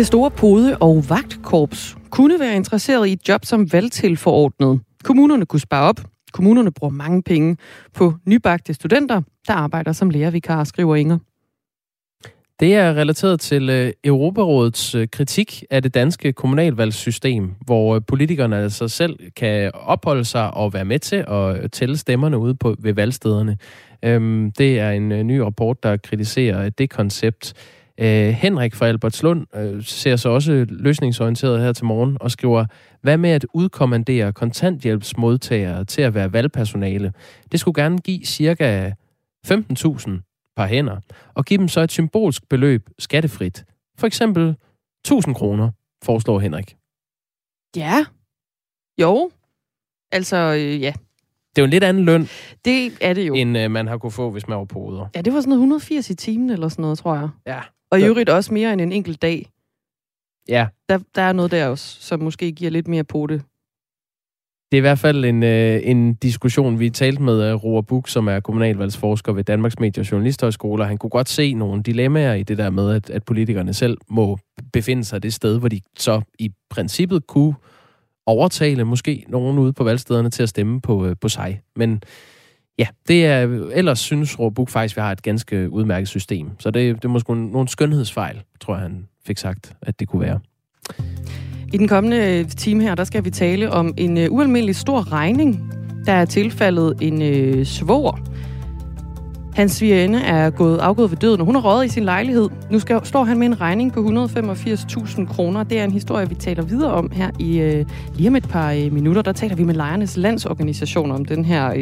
Det store pode- og vagtkorps kunne være interesseret i et job som valgtilforordnet. Kommunerne kunne spare op. Kommunerne bruger mange penge på nybagte studenter, der arbejder som lærervikarer, skriver Inger. Det er relateret til Europarådets kritik af det danske kommunalvalgssystem, hvor politikerne altså selv kan opholde sig og være med til at tælle stemmerne ude ved valgstederne. Det er en ny rapport, der kritiserer det koncept. Henrik fra Albertslund ser så også løsningsorienteret her til morgen og skriver, hvad med at udkommandere kontanthjælpsmodtagere til at være valgpersonale? Det skulle gerne give cirka 15.000 par hænder, og give dem så et symbolsk beløb skattefrit. For eksempel 1.000 kroner, foreslår Henrik. Ja. Jo. Altså, ja. Det er jo en lidt anden løn, det er det jo, end man har kunne få, hvis man var poder. Ja, det var sådan noget 180 i timen eller sådan noget, tror jeg. Ja. Og i øvrigt også mere end en enkelt dag. Ja. Der er noget der også, som måske giver lidt mere på det. Det er i hvert fald en diskussion, vi talte med Roar Buch, som er kommunalvalgsforsker ved Danmarks Medie- og Journalisthøjskole. Han kunne godt se nogle dilemmaer i det der med, at politikerne selv må befinde sig det sted, hvor de så i princippet kunne overtale måske nogen ude på valgstederne til at stemme på sig. Men ja, det er ellers synes Roar Buch faktisk, at vi har et ganske udmærket system. Så det er måske nogle skønhedsfejl, tror jeg, han fik sagt, at det kunne være. I den kommende time her, der skal vi tale om en ualmindelig stor regning, der er tilfaldet en svoger. Hans svigerinde er afgået ved døden, og hun er røget i sin lejlighed. Nu står han med en regning på 185.000 kroner. Det er en historie, vi taler videre om her i lige om et par minutter. Der taler vi med Lejernes Landsorganisation om den her,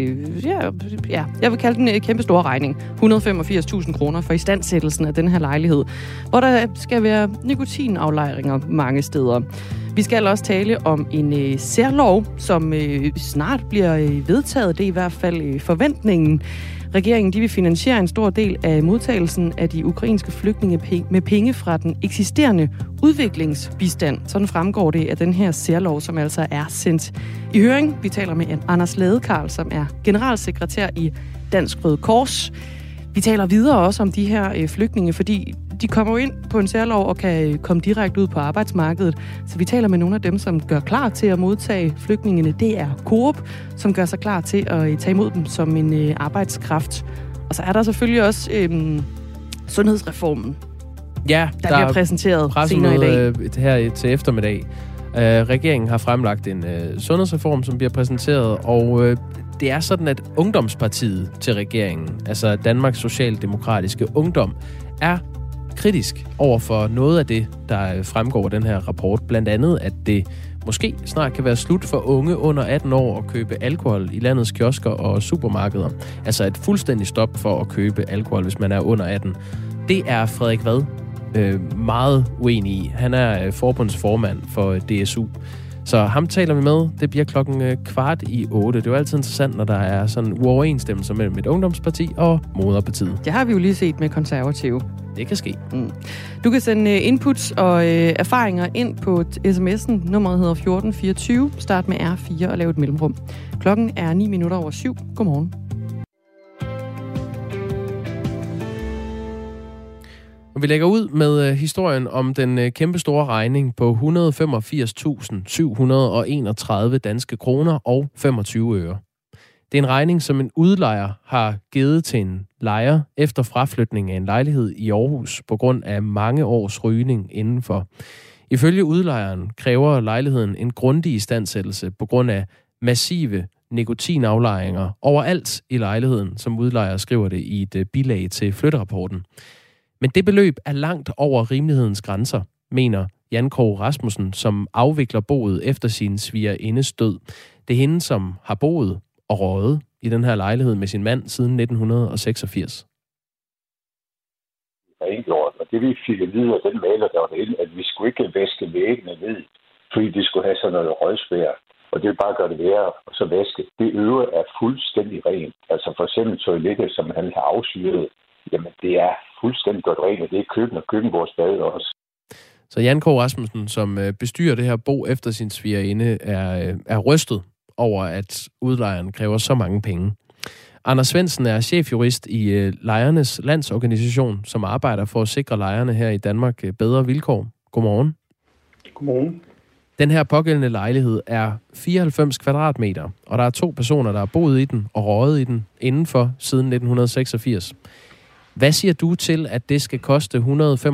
jeg vil kalde den en kæmpe stor regning. 185.000 kroner for istandsættelsen af den her lejlighed, hvor der skal være nikotinaflejringer mange steder. Vi skal også tale om en særlov, som snart bliver vedtaget. Det er i hvert fald forventningen. Regeringen de vil finansiere en stor del af modtagelsen af de ukrainske flygtninge med penge fra den eksisterende udviklingsbistand. Sådan fremgår det af den her særlov, som altså er sendt i høring. Vi taler med Anders Ladekarl, som er generalsekretær i Dansk Røde Kors. Vi taler videre også om de her flygtninge, fordi de kommer jo ind på en særlov og kan komme direkte ud på arbejdsmarkedet. Så vi taler med nogle af dem, som gør klar til at modtage flygtningene. Det er Coop, som gør sig klar til at tage imod dem som en arbejdskraft. Og så er der selvfølgelig også sundhedsreformen, ja, der bliver præsenteret senere i dag. Her til eftermiddag. Regeringen har fremlagt en sundhedsreform, som bliver præsenteret, og det er sådan, at Ungdomspartiet til regeringen, altså Danmarks Socialdemokratiske Ungdom, er kritisk over for noget af det, der fremgår af den her rapport. Blandt andet, at det måske snart kan være slut for unge under 18 år at købe alkohol i landets kiosker og supermarkeder. Altså et fuldstændig stop for at købe alkohol, hvis man er under 18. Det er Frederik Vad meget uenig i. Han er forbundsformand for DSU. Så ham taler vi med. Det bliver 7:15. Det er jo altid interessant, når der er sådan uoverensstemmelser mellem et ungdomsparti og moderpartiet. Det har vi jo lige set med konservative. Det kan ske. Du kan sende inputs og erfaringer ind på sms'en. Nummeret hedder 1424. Start med R4 og lav et mellemrum. Klokken er 7:09. Godmorgen. Vi lægger ud med historien om den kæmpe store regning på 185.731 danske kroner og 25 øre. Det er en regning, som en udlejer har givet til en lejer efter fraflytning af en lejlighed i Aarhus på grund af mange års rygning indenfor. Ifølge udlejeren kræver lejligheden en grundig istandsættelse på grund af massive nikotinaflejringer overalt i lejligheden, som udlejer skriver det i et bilag til flytterapporten. Men det beløb er langt over rimelighedens grænser, mener Jan Krog Rasmussen, som afvikler boet efter sin svigerindes død. Det er hende, som har boet og røget i den her lejlighed med sin mand siden 1986. Og det vi fik at vide af den maler, der var derinde, at vi skulle ikke vaske væggene ned, fordi det skulle have sådan noget røgsvær. Og det vil bare gøre det værre, og så vaske. Det øvrige er fuldstændig rent. Altså for eksempel toilettet, som han har afsyret, jamen det er fuldstændig godt rent, og det er køkken og køkkenbordsbad også. Så Jan Krog Rasmussen, som bestyrer det her bo efter sin svigerinde, er rystet over, at udlejeren kræver så mange penge. Anders Svendsen er chefjurist i Lejernes Landsorganisation, som arbejder for at sikre lejerne her i Danmark bedre vilkår. Godmorgen. Godmorgen. Den her pågældende lejlighed er 94 kvadratmeter, og der er 2 personer, der har boet i den og røget i den indenfor siden 1986. Hvad siger du til, at det skal koste 185.731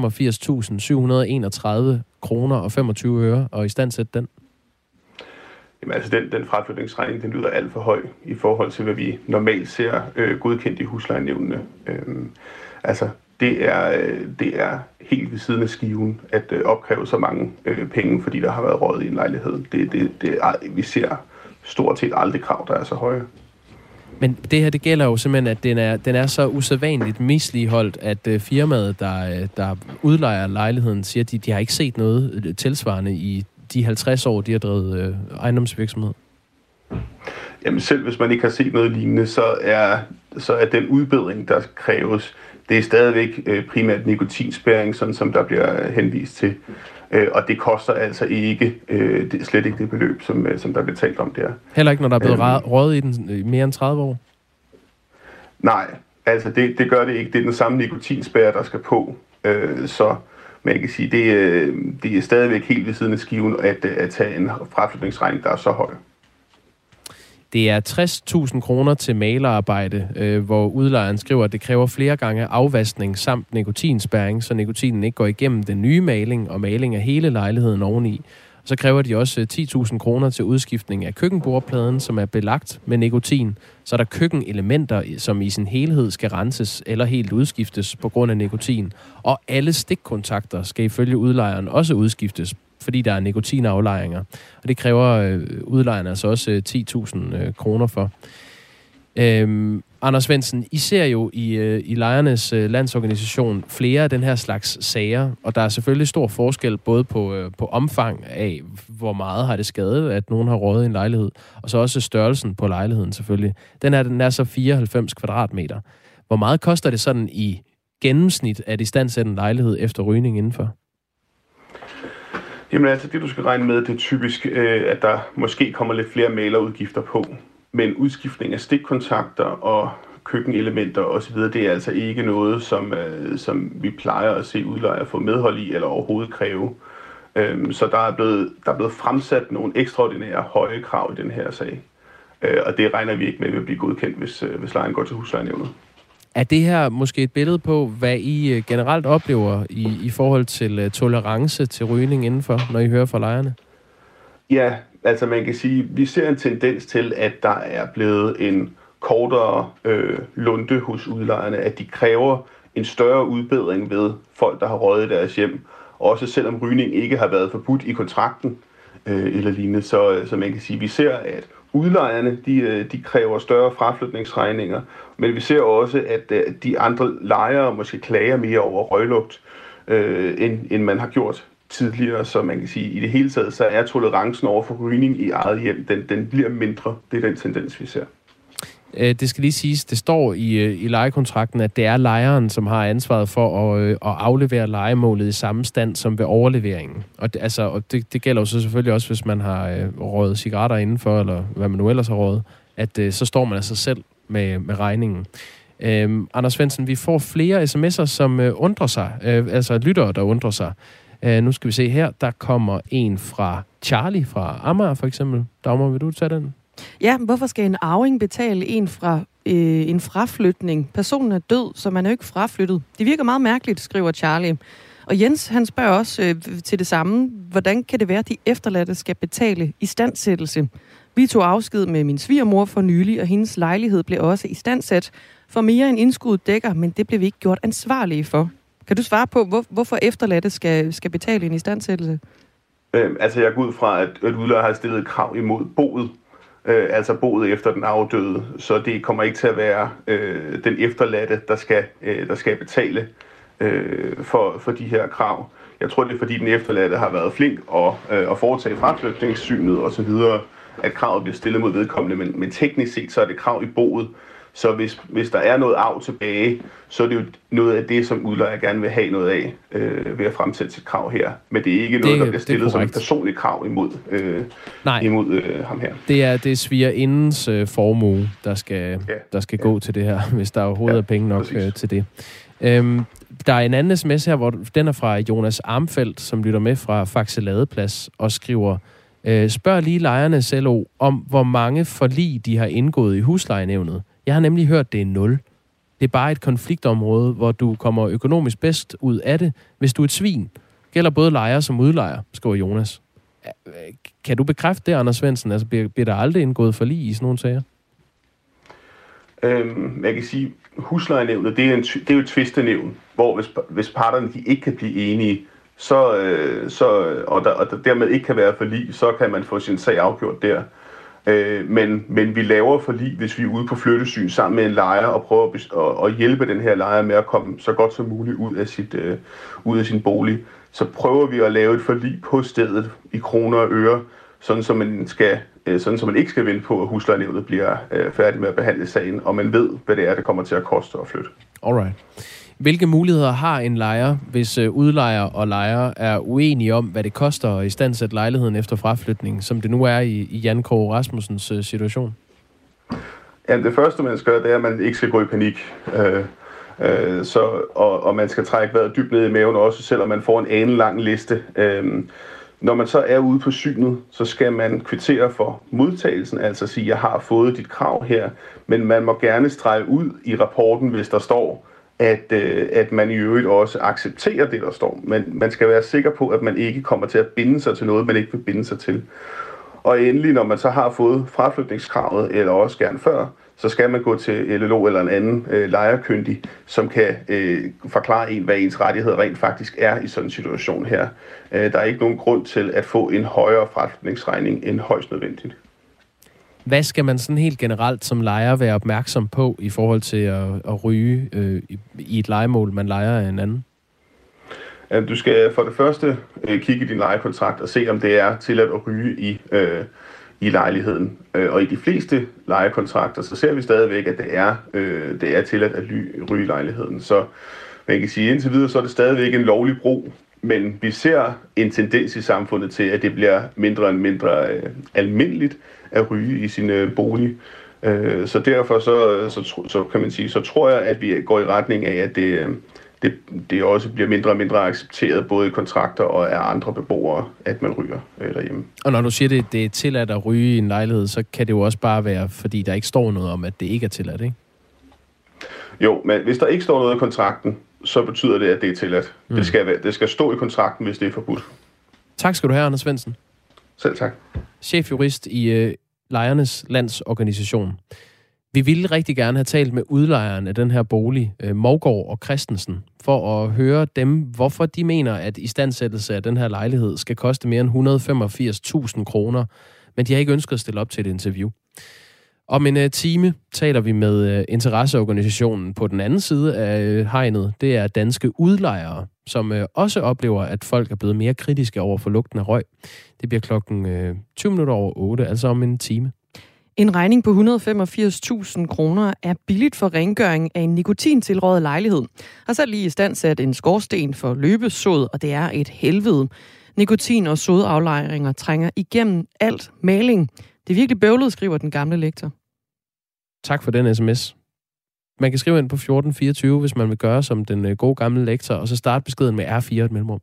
kroner og 25 øre og istandsætte den? Jamen altså, den fraflytningsregning, den lyder alt for høj i forhold til, hvad vi normalt ser godkendt i huslejenævnene. Altså, det er helt ved siden af skiven at opkræve så mange penge, fordi der har været røget i en lejlighed. Vi ser stort set aldrig krav, der er så høje. Men det her, det gælder jo simpelthen, at den er så usædvanligt misligeholdt, at firmaet, der udlejer lejligheden, siger, at de har ikke set noget tilsvarende i de 50 år, de har drevet ejendomsvirksomhed. Jamen selv hvis man ikke har set noget lignende, så er den udbedring, der kræves, det er stadigvæk primært nikotinspærring, sådan som der bliver henvist til. Og det koster altså ikke, det er slet ikke det beløb, som der bliver talt om der. Heller ikke, når der er blevet røget i den i mere end 30 år? Nej, altså det gør det ikke. Det er den samme nikotinspærre, der skal på. Så man kan sige, det er stadigvæk helt ved siden af skiven at tage en fraflytningsregning, der er så høj. Det er 60.000 kroner til malerarbejde, hvor udlejeren skriver, at det kræver flere gange afvaskning samt nikotinspærring, så nikotinen ikke går igennem den nye maling og maling af hele lejligheden oveni. Så kræver de også 10.000 kroner til udskiftning af køkkenbordpladen, som er belagt med nikotin. Så er der køkkenelementer, som i sin helhed skal renses eller helt udskiftes på grund af nikotin. Og alle stikkontakter skal ifølge udlejeren også udskiftes, fordi der er nikotinaflejringer. Og det kræver udlejerne altså også 10.000 kroner for. Anders Svendsen, I ser jo i Lejernes Landsorganisation flere af den her slags sager, og der er selvfølgelig stor forskel både på omfang af, hvor meget har det skadet, at nogen har røget i en lejlighed, og så også størrelsen på lejligheden selvfølgelig. Den er så 94 kvadratmeter. Hvor meget koster det sådan i gennemsnit at istandsætte en lejlighed efter rygning indenfor? Jamen altså, det du skal regne med, det er typisk, at der måske kommer lidt flere malerudgifter på. Men udskiftning af stikkontakter og køkkenelementer osv., det er altså ikke noget, som vi plejer at se udlejere få medhold i eller overhovedet kræve. Så der er blevet fremsat nogle ekstraordinære høje krav i den her sag. Og det regner vi ikke med at blive godkendt, hvis lejen går til huslejenævnet. Er det her måske et billede på, hvad I generelt oplever i forhold til tolerance til rygning indenfor, når I hører fra lejerne? Ja, altså man kan sige, at vi ser en tendens til, at der er blevet en kortere lunte hos udlejerne, at de kræver en større udbedring ved folk, der har røget i deres hjem. Også selvom rygning ikke har været forbudt i kontrakten eller lignende. Så man kan sige, at vi ser, at udlejerne de kræver større fraflytningsregninger, men vi ser også, at de andre lejere måske klager mere over røglugt, end man har gjort tidligere. Så man kan sige, at i det hele taget, så er tolerancen over for rygning i eget hjem, den bliver mindre. Det er den tendens, vi ser. Det skal lige siges, det står i lejekontrakten, at det er lejeren, som har ansvaret for at aflevere lejemålet i samme stand som ved overleveringen. Og det gælder jo så selvfølgelig også, hvis man har røget cigaretter indenfor, eller hvad man nu ellers har røget, at så står man altså selv med regningen. Anders Svendsen, vi får flere sms'er, som undrer sig, altså lyttere, der undrer sig. Nu skal vi se her, der kommer en fra Charlie fra Amager for eksempel. Dagmar, vil du tage den? Ja, hvorfor skal en arving betale en fraflytning? Personen er død, så man er jo ikke fraflyttet. Det virker meget mærkeligt, skriver Charlie. Og Jens, han spørger også til det samme. Hvordan kan det være, at de efterladte skal betale istandsættelse? Vi tog afsked med min svigermor for nylig, og hendes lejlighed blev også istandsat for mere end indskuddet dækker, men det blev vi ikke gjort ansvarlige for. Kan du svare på, hvorfor efterladte skal betale en istandsættelse? Altså, jeg går ud fra, at udlejer har stillet et krav imod boet. Altså boet efter den afdøde, så det kommer ikke til at være den efterladte, der skal betale for de her krav. Jeg tror, det er fordi den efterladte har været flink og foretage fraflytningssynet og så videre, at kravet bliver stillet mod vedkommende, men teknisk set så er det krav i boet. Så hvis der er noget arv tilbage, så er det jo noget af det, som udlejer gerne vil have noget af ved at fremsætte sit krav her. Men det er ikke noget, der bliver stillet som et personligt krav imod ham her. Det er svigerindens formue, der skal gå til det her, hvis der overhovedet er penge nok til det. Der er en anden sms her, hvor den er fra Jonas Armfeldt, som lytter med fra Faxe Ladeplads og skriver, spørg lige lejernes LO om, hvor mange forlig de har indgået i huslejenævnet. Jeg har nemlig hørt, det er 0. Det er bare et konfliktområde, hvor du kommer økonomisk bedst ud af det, hvis du er et svin. Gælder både lejer som udlejer, skriver Jonas. Kan du bekræfte det, Anders Svendsen? Altså, bliver der aldrig indgået forlig i sådan nogle sager? Jeg kan sige, huslejenævnet, det er jo et tvistenævn, hvor hvis parterne de ikke kan blive enige, og der dermed ikke kan være forlig, så kan man få sin sag afgjort der. Men vi laver forlig, hvis vi er ude på flyttesyn sammen med en lejer og prøver at hjælpe den her lejer med at komme så godt som muligt ud af sin bolig. Så prøver vi at lave et forlig på stedet i kroner og øre, sådan så man ikke skal vente på, at huslejenævnet bliver færdig med at behandle sagen, og man ved, hvad det er, det kommer til at koste at flytte. Alright. Hvilke muligheder har en lejer, hvis udlejer og lejer er uenige om, hvad det koster at istandsætte lejligheden efter fraflytning, som det nu er i Jan Krog Rasmussens situation? Ja, det første, man skal gøre, det er, at man ikke skal gå i panik. Og man skal trække vejret dybt ned i maven også, selvom man får en anelang liste. Når man så er ude på synet, så skal man kvittere for modtagelsen, altså sige, jeg har fået dit krav her, men man må gerne strege ud i rapporten, hvis der står, at man i øvrigt også accepterer det, der står. Men man skal være sikker på, at man ikke kommer til at binde sig til noget, man ikke vil binde sig til. Og endelig, når man så har fået fraflytningskravet, eller også gerne før, så skal man gå til LLO eller en anden lejerkyndig, som kan forklare en, hvad ens rettigheder rent faktisk er i sådan en situation her. Der er ikke nogen grund til at få en højere fraflytningsregning end højst nødvendigt. Hvad skal man sådan helt generelt som lejer være opmærksom på i forhold til at ryge i et lejemål, man lejer af en anden? Du skal for det første kigge i din lejekontrakt og se, om det er tilladt at ryge i lejligheden. Og i de fleste lejekontrakter, så ser vi stadigvæk, at det er tilladt at ryge i lejligheden. Så man kan sige, indtil videre, så er det stadigvæk en lovlig brug, men vi ser en tendens i samfundet til, at det bliver mindre og mindre almindeligt at ryge i sin bolig. Så derfor så kan man sige, så tror jeg, at vi går i retning af, at det også bliver mindre og mindre accepteret, både i kontrakter og af andre beboere, at man ryger derhjemme. Og når du siger, det er tilladt at ryge i en lejlighed, så kan det jo også bare være, fordi der ikke står noget om, at det ikke er tilladt, ikke? Jo, men hvis der ikke står noget i kontrakten, så betyder det, at det er tilladt. Mm. Det skal stå i kontrakten, hvis det er forbudt. Tak skal du have, Anders Svendsen. Selv tak. Chefjurist i Lejernes Landsorganisation. Vi ville rigtig gerne have talt med udlejeren af den her bolig, Mougaard og Christensen, for at høre dem, hvorfor de mener, at istandsættelse af den her lejlighed skal koste mere end 185.000 kroner, men de har ikke ønsket at stille op til et interview. Om en time taler vi med interesseorganisationen på den anden side af hegnet. Det er Danske Udlejere, som også oplever, at folk er blevet mere kritiske over for lugten af røg. Det bliver klokken 8:20, altså om en time. En regning på 185.000 kroner er billigt for rengøring af en nikotintilrøget lejlighed. Har så lige istandsat en skorsten for løbesod, og det er et helvede. Nikotin- og sodaflejringer trænger igennem alt maling. Det er virkelig bøvlet, skriver den gamle lektor. Tak for den sms. Man kan skrive ind på 1424, hvis man vil gøre som den gode gamle lektor, og så starte beskeden med R4 et mellemrum.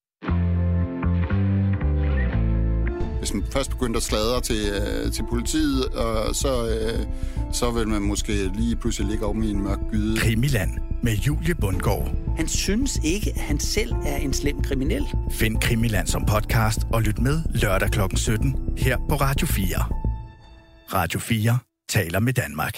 Hvis man først begyndte at sladre til politiet, så vil man måske lige pludselig ligge om i en mørk gyde. Krimiland med Julie Bundgaard. Han synes ikke, at han selv er en slem kriminel. Find Krimiland som podcast og lyt med lørdag kl. 17 her på Radio 4. Radio 4 taler med Danmark.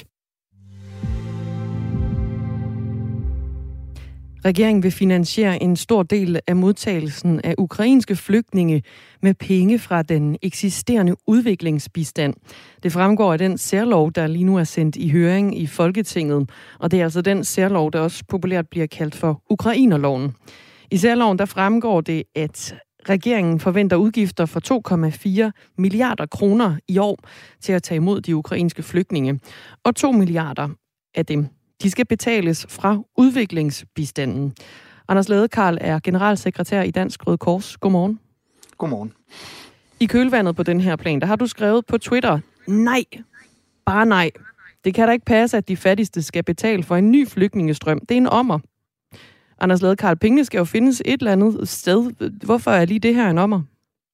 Regeringen vil finansiere en stor del af modtagelsen af ukrainske flygtninge med penge fra den eksisterende udviklingsbistand. Det fremgår af den særlov, der lige nu er sendt i høring i Folketinget, og det er altså den særlov, der også populært bliver kaldt for Ukrainerloven. I særloven der fremgår det, at regeringen forventer udgifter for 2,4 milliarder kroner i år til at tage imod de ukrainske flygtninge, og 2 milliarder af dem de skal betales fra udviklingsbistanden. Anders Ladekarl er generalsekretær i Dansk Røde Kors. Godmorgen. Godmorgen. I kølvandet på den her plan, der har du skrevet på Twitter, nej, bare nej. Det kan da ikke passe, at de fattigste skal betale for en ny flygtningestrøm. Det er en ommer. Anders Ladekarl, pengene skal jo findes et eller andet sted. Hvorfor er lige det her en ommer?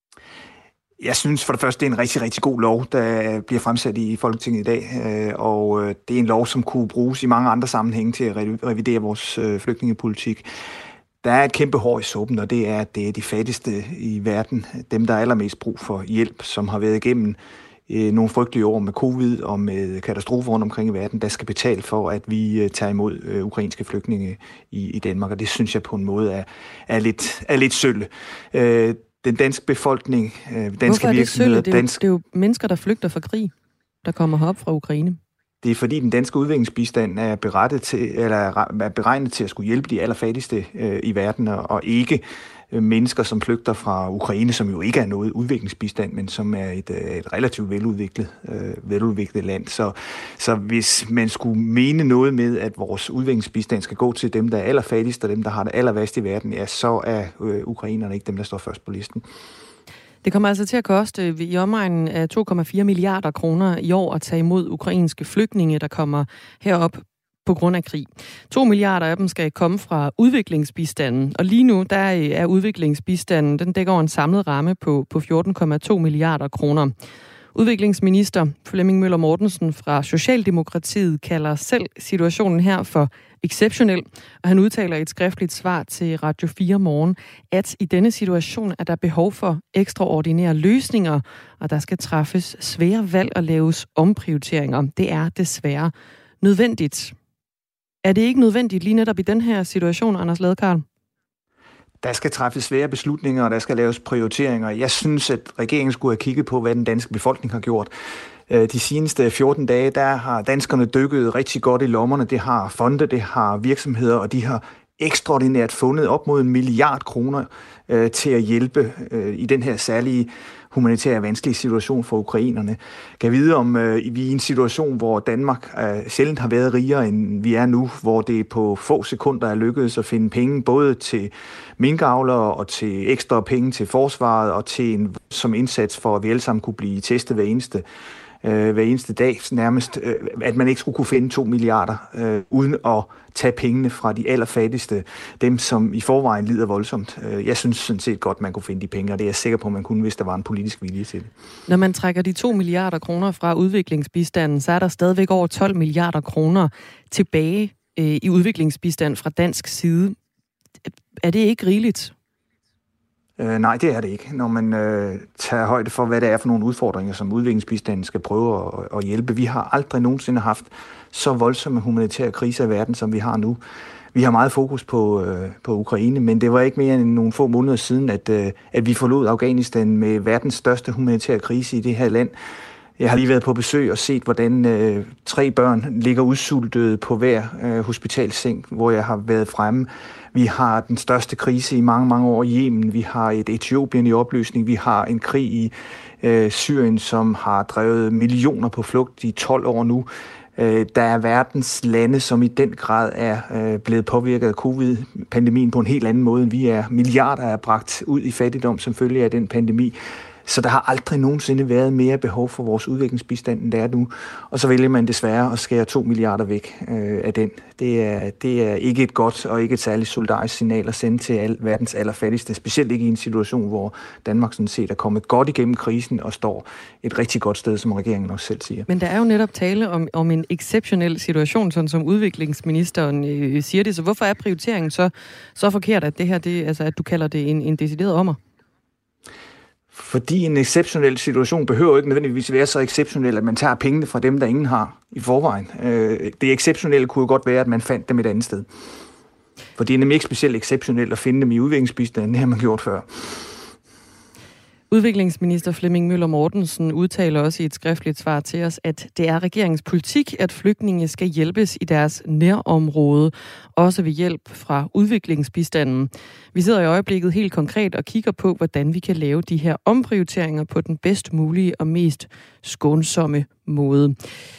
Jeg synes for det første, det er en rigtig, rigtig god lov, der bliver fremsat i Folketinget i dag. Og det er en lov, som kunne bruges i mange andre sammenhænge til at revidere vores flygtningepolitik. Der er et kæmpe hår i suppen, og det er, at det er de fattigste i verden, dem der er allermest brug for hjælp, som har været igennem nogle frygtelige år med covid og med katastrofer rundt omkring i verden, der skal betale for, at vi tager imod ukrainske flygtninge i Danmark. Og det synes jeg på en måde er lidt sølle. Den danske befolkning, danske virksomheder... Det er jo mennesker, der flygter fra krig, der kommer herop fra Ukraine. Det er fordi den danske udviklingsbistand er beregnet til at skulle hjælpe de allerfattigste i verden, og ikke mennesker, som flygter fra Ukraine, som jo ikke er noget udviklingsbistand, men som er et relativt veludviklet land. Så hvis man skulle mene noget med, at vores udviklingsbistand skal gå til dem, der er allerfattigste, og dem, der har det allerværst i verden, ja, så er ukrainerne ikke dem, der står først på listen. Det kommer altså til at koste i omegnen af 2,4 milliarder kroner i år at tage imod ukrainske flygtninge, der kommer herop på grund af krig. 2 milliarder af dem skal komme fra udviklingsbistanden, og lige nu der er udviklingsbistanden, den dækker over en samlet ramme på 14,2 milliarder kroner. Udviklingsminister Flemming Møller Mortensen fra Socialdemokratiet kalder selv situationen her for exceptionel, og han udtaler i et skriftligt svar til Radio 4 Morgen, at i denne situation er der behov for ekstraordinære løsninger, og der skal træffes svære valg og laves omprioriteringer. Det er desværre nødvendigt. Er det ikke nødvendigt lige netop i den her situation, Anders Ladekarl? Der skal træffes svære beslutninger, og der skal laves prioriteringer. Jeg synes, at regeringen skulle have kigget på, hvad den danske befolkning har gjort. De seneste 14 dage, der har danskerne dykket rigtig godt i lommerne. Det har fonde, det har virksomheder, og de har ekstraordinært fundet op mod 1 milliard kroner til at hjælpe i den her særlige humanitære vanskelige situation for ukrainerne. Kan vide, om vi er i en situation, hvor Danmark sjældent har været rigere, end vi er nu, hvor det på få sekunder er lykkedes at finde penge, både til minkavlere og til ekstra penge til forsvaret og til en som indsats for, at vi alle sammen kunne blive testet hver eneste dag, nærmest, at man ikke skulle kunne finde 2 milliarder, uden at tage pengene fra de allerfattigste, dem som i forvejen lider voldsomt. Jeg synes sådan set godt, man kunne finde de penge, og det er jeg sikker på, man kunne, hvis der var en politisk vilje til det. Når man trækker de 2 milliarder kroner fra udviklingsbistanden, så er der stadigvæk over 12 milliarder kroner tilbage i udviklingsbistand fra dansk side. Er det ikke rigeligt? Nej, det er det ikke. Når man tager højde for, hvad det er for nogle udfordringer, som udviklingsbistanden skal prøve at hjælpe. Vi har aldrig nogensinde haft så voldsomme humanitære kriser i verden, som vi har nu. Vi har meget fokus på Ukraine, men det var ikke mere end nogle få måneder siden, at vi forlod Afghanistan med verdens største humanitære krise i det her land. Jeg har lige været på besøg og set, hvordan 3 børn ligger udsultede på hver hospitalseng, hvor jeg har været fremme. Vi har den største krise i mange, mange år i Yemen. Vi har et Etiopien i opløsning. Vi har en krig i Syrien, som har drevet millioner på flugt i 12 år nu. Der er verdens lande, som i den grad er blevet påvirket af covid-pandemien på en helt anden måde, end vi er. Milliarder er bragt ud i fattigdom som følge af den pandemi. Så der har aldrig nogensinde været mere behov for vores udviklingsbistand, end der er nu. Og så vælger man desværre at skære 2 milliarder væk af den. Det er ikke et godt og ikke et særligt solidarisk signal at sende til verdens allerfattigste. Specielt ikke i en situation, hvor Danmark sådan set er kommet godt igennem krisen og står et rigtig godt sted, som regeringen også selv siger. Men der er jo netop tale om en exceptionel situation, sådan som udviklingsministeren siger det. Så hvorfor er prioriteringen så forkert, at det her, altså at du kalder det en decideret ommer? Fordi en exceptionel situation behøver ikke nødvendigvis være så exceptionel, at man tager pengene fra dem, der ingen har i forvejen. Det exceptionelle kunne jo godt være, at man fandt dem et andet sted. For det er nemlig ikke specielt exceptionelt at finde dem i udviklingsbistanden, det har man gjort før. Udviklingsminister Flemming Møller Mortensen udtaler også i et skriftligt svar til os, at det er regeringens politik, at flygtninge skal hjælpes i deres nærområde, også ved hjælp fra udviklingsbistanden. Vi sidder i øjeblikket helt konkret og kigger på, hvordan vi kan lave de her omprioriteringer på den bedst mulige og mest skånsomme måde.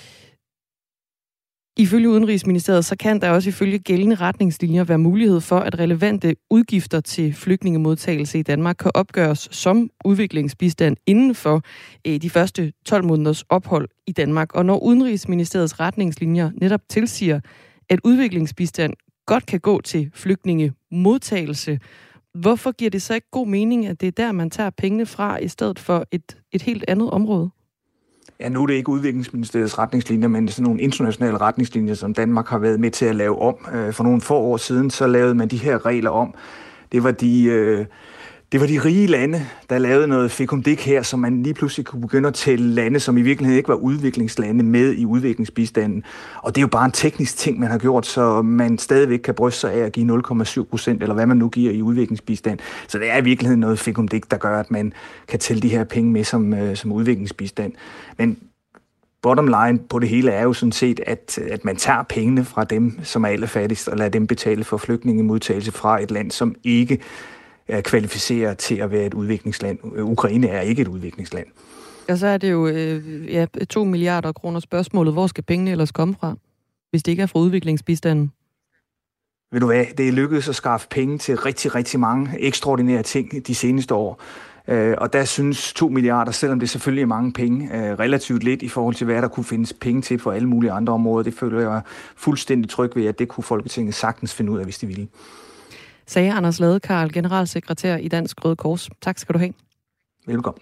Ifølge Udenrigsministeriet, så kan der også ifølge gældende retningslinjer være mulighed for, at relevante udgifter til flygtningemodtagelse i Danmark kan opgøres som udviklingsbistand inden for de første 12 måneders ophold i Danmark. Og når Udenrigsministeriets retningslinjer netop tilsiger, at udviklingsbistand godt kan gå til flygtningemodtagelse. Hvorfor giver det så ikke god mening, at det er der, man tager pengene fra, i stedet for et helt andet område? Ja, nu er det ikke Udviklingsministeriets retningslinjer, men sådan nogle internationale retningslinjer, som Danmark har været med til at lave om. For nogle få år siden, så lavede man de her regler om. Det var de rige lande, der lavede noget fikumdik her, så man lige pludselig kunne begynde at tælle lande, som i virkeligheden ikke var udviklingslande, med i udviklingsbistanden. Og det er jo bare en teknisk ting, man har gjort, så man stadigvæk kan bryste sig af at give 0,7%, eller hvad man nu giver i udviklingsbistand. Så det er i virkeligheden noget fikumdik, der gør, at man kan tælle de her penge med som udviklingsbistand. Men bottom line på det hele er jo sådan set, at man tager pengene fra dem, som er allerfattigst, og lader dem betale for flygtningemodtagelse fra et land, som ikke er kvalificeret til at være et udviklingsland. Ukraine er ikke et udviklingsland. Og så er det jo 2 milliarder kroner spørgsmålet. Hvor skal pengene ellers komme fra, hvis det ikke er fra udviklingsbistanden? Ved du hvad, det er lykkedes at skaffe penge til rigtig, rigtig mange ekstraordinære ting de seneste år. Og der synes 2 milliarder, selvom det selvfølgelig er mange penge, relativt lidt i forhold til, hvad der kunne findes penge til for alle mulige andre områder. Det føler jeg fuldstændig tryg ved, at det kunne Folketinget sagtens finde ud af, hvis de ville. Sagde Anders Ladekarl, generalsekretær i Dansk Røde Kors. Tak skal du have. Velkommen.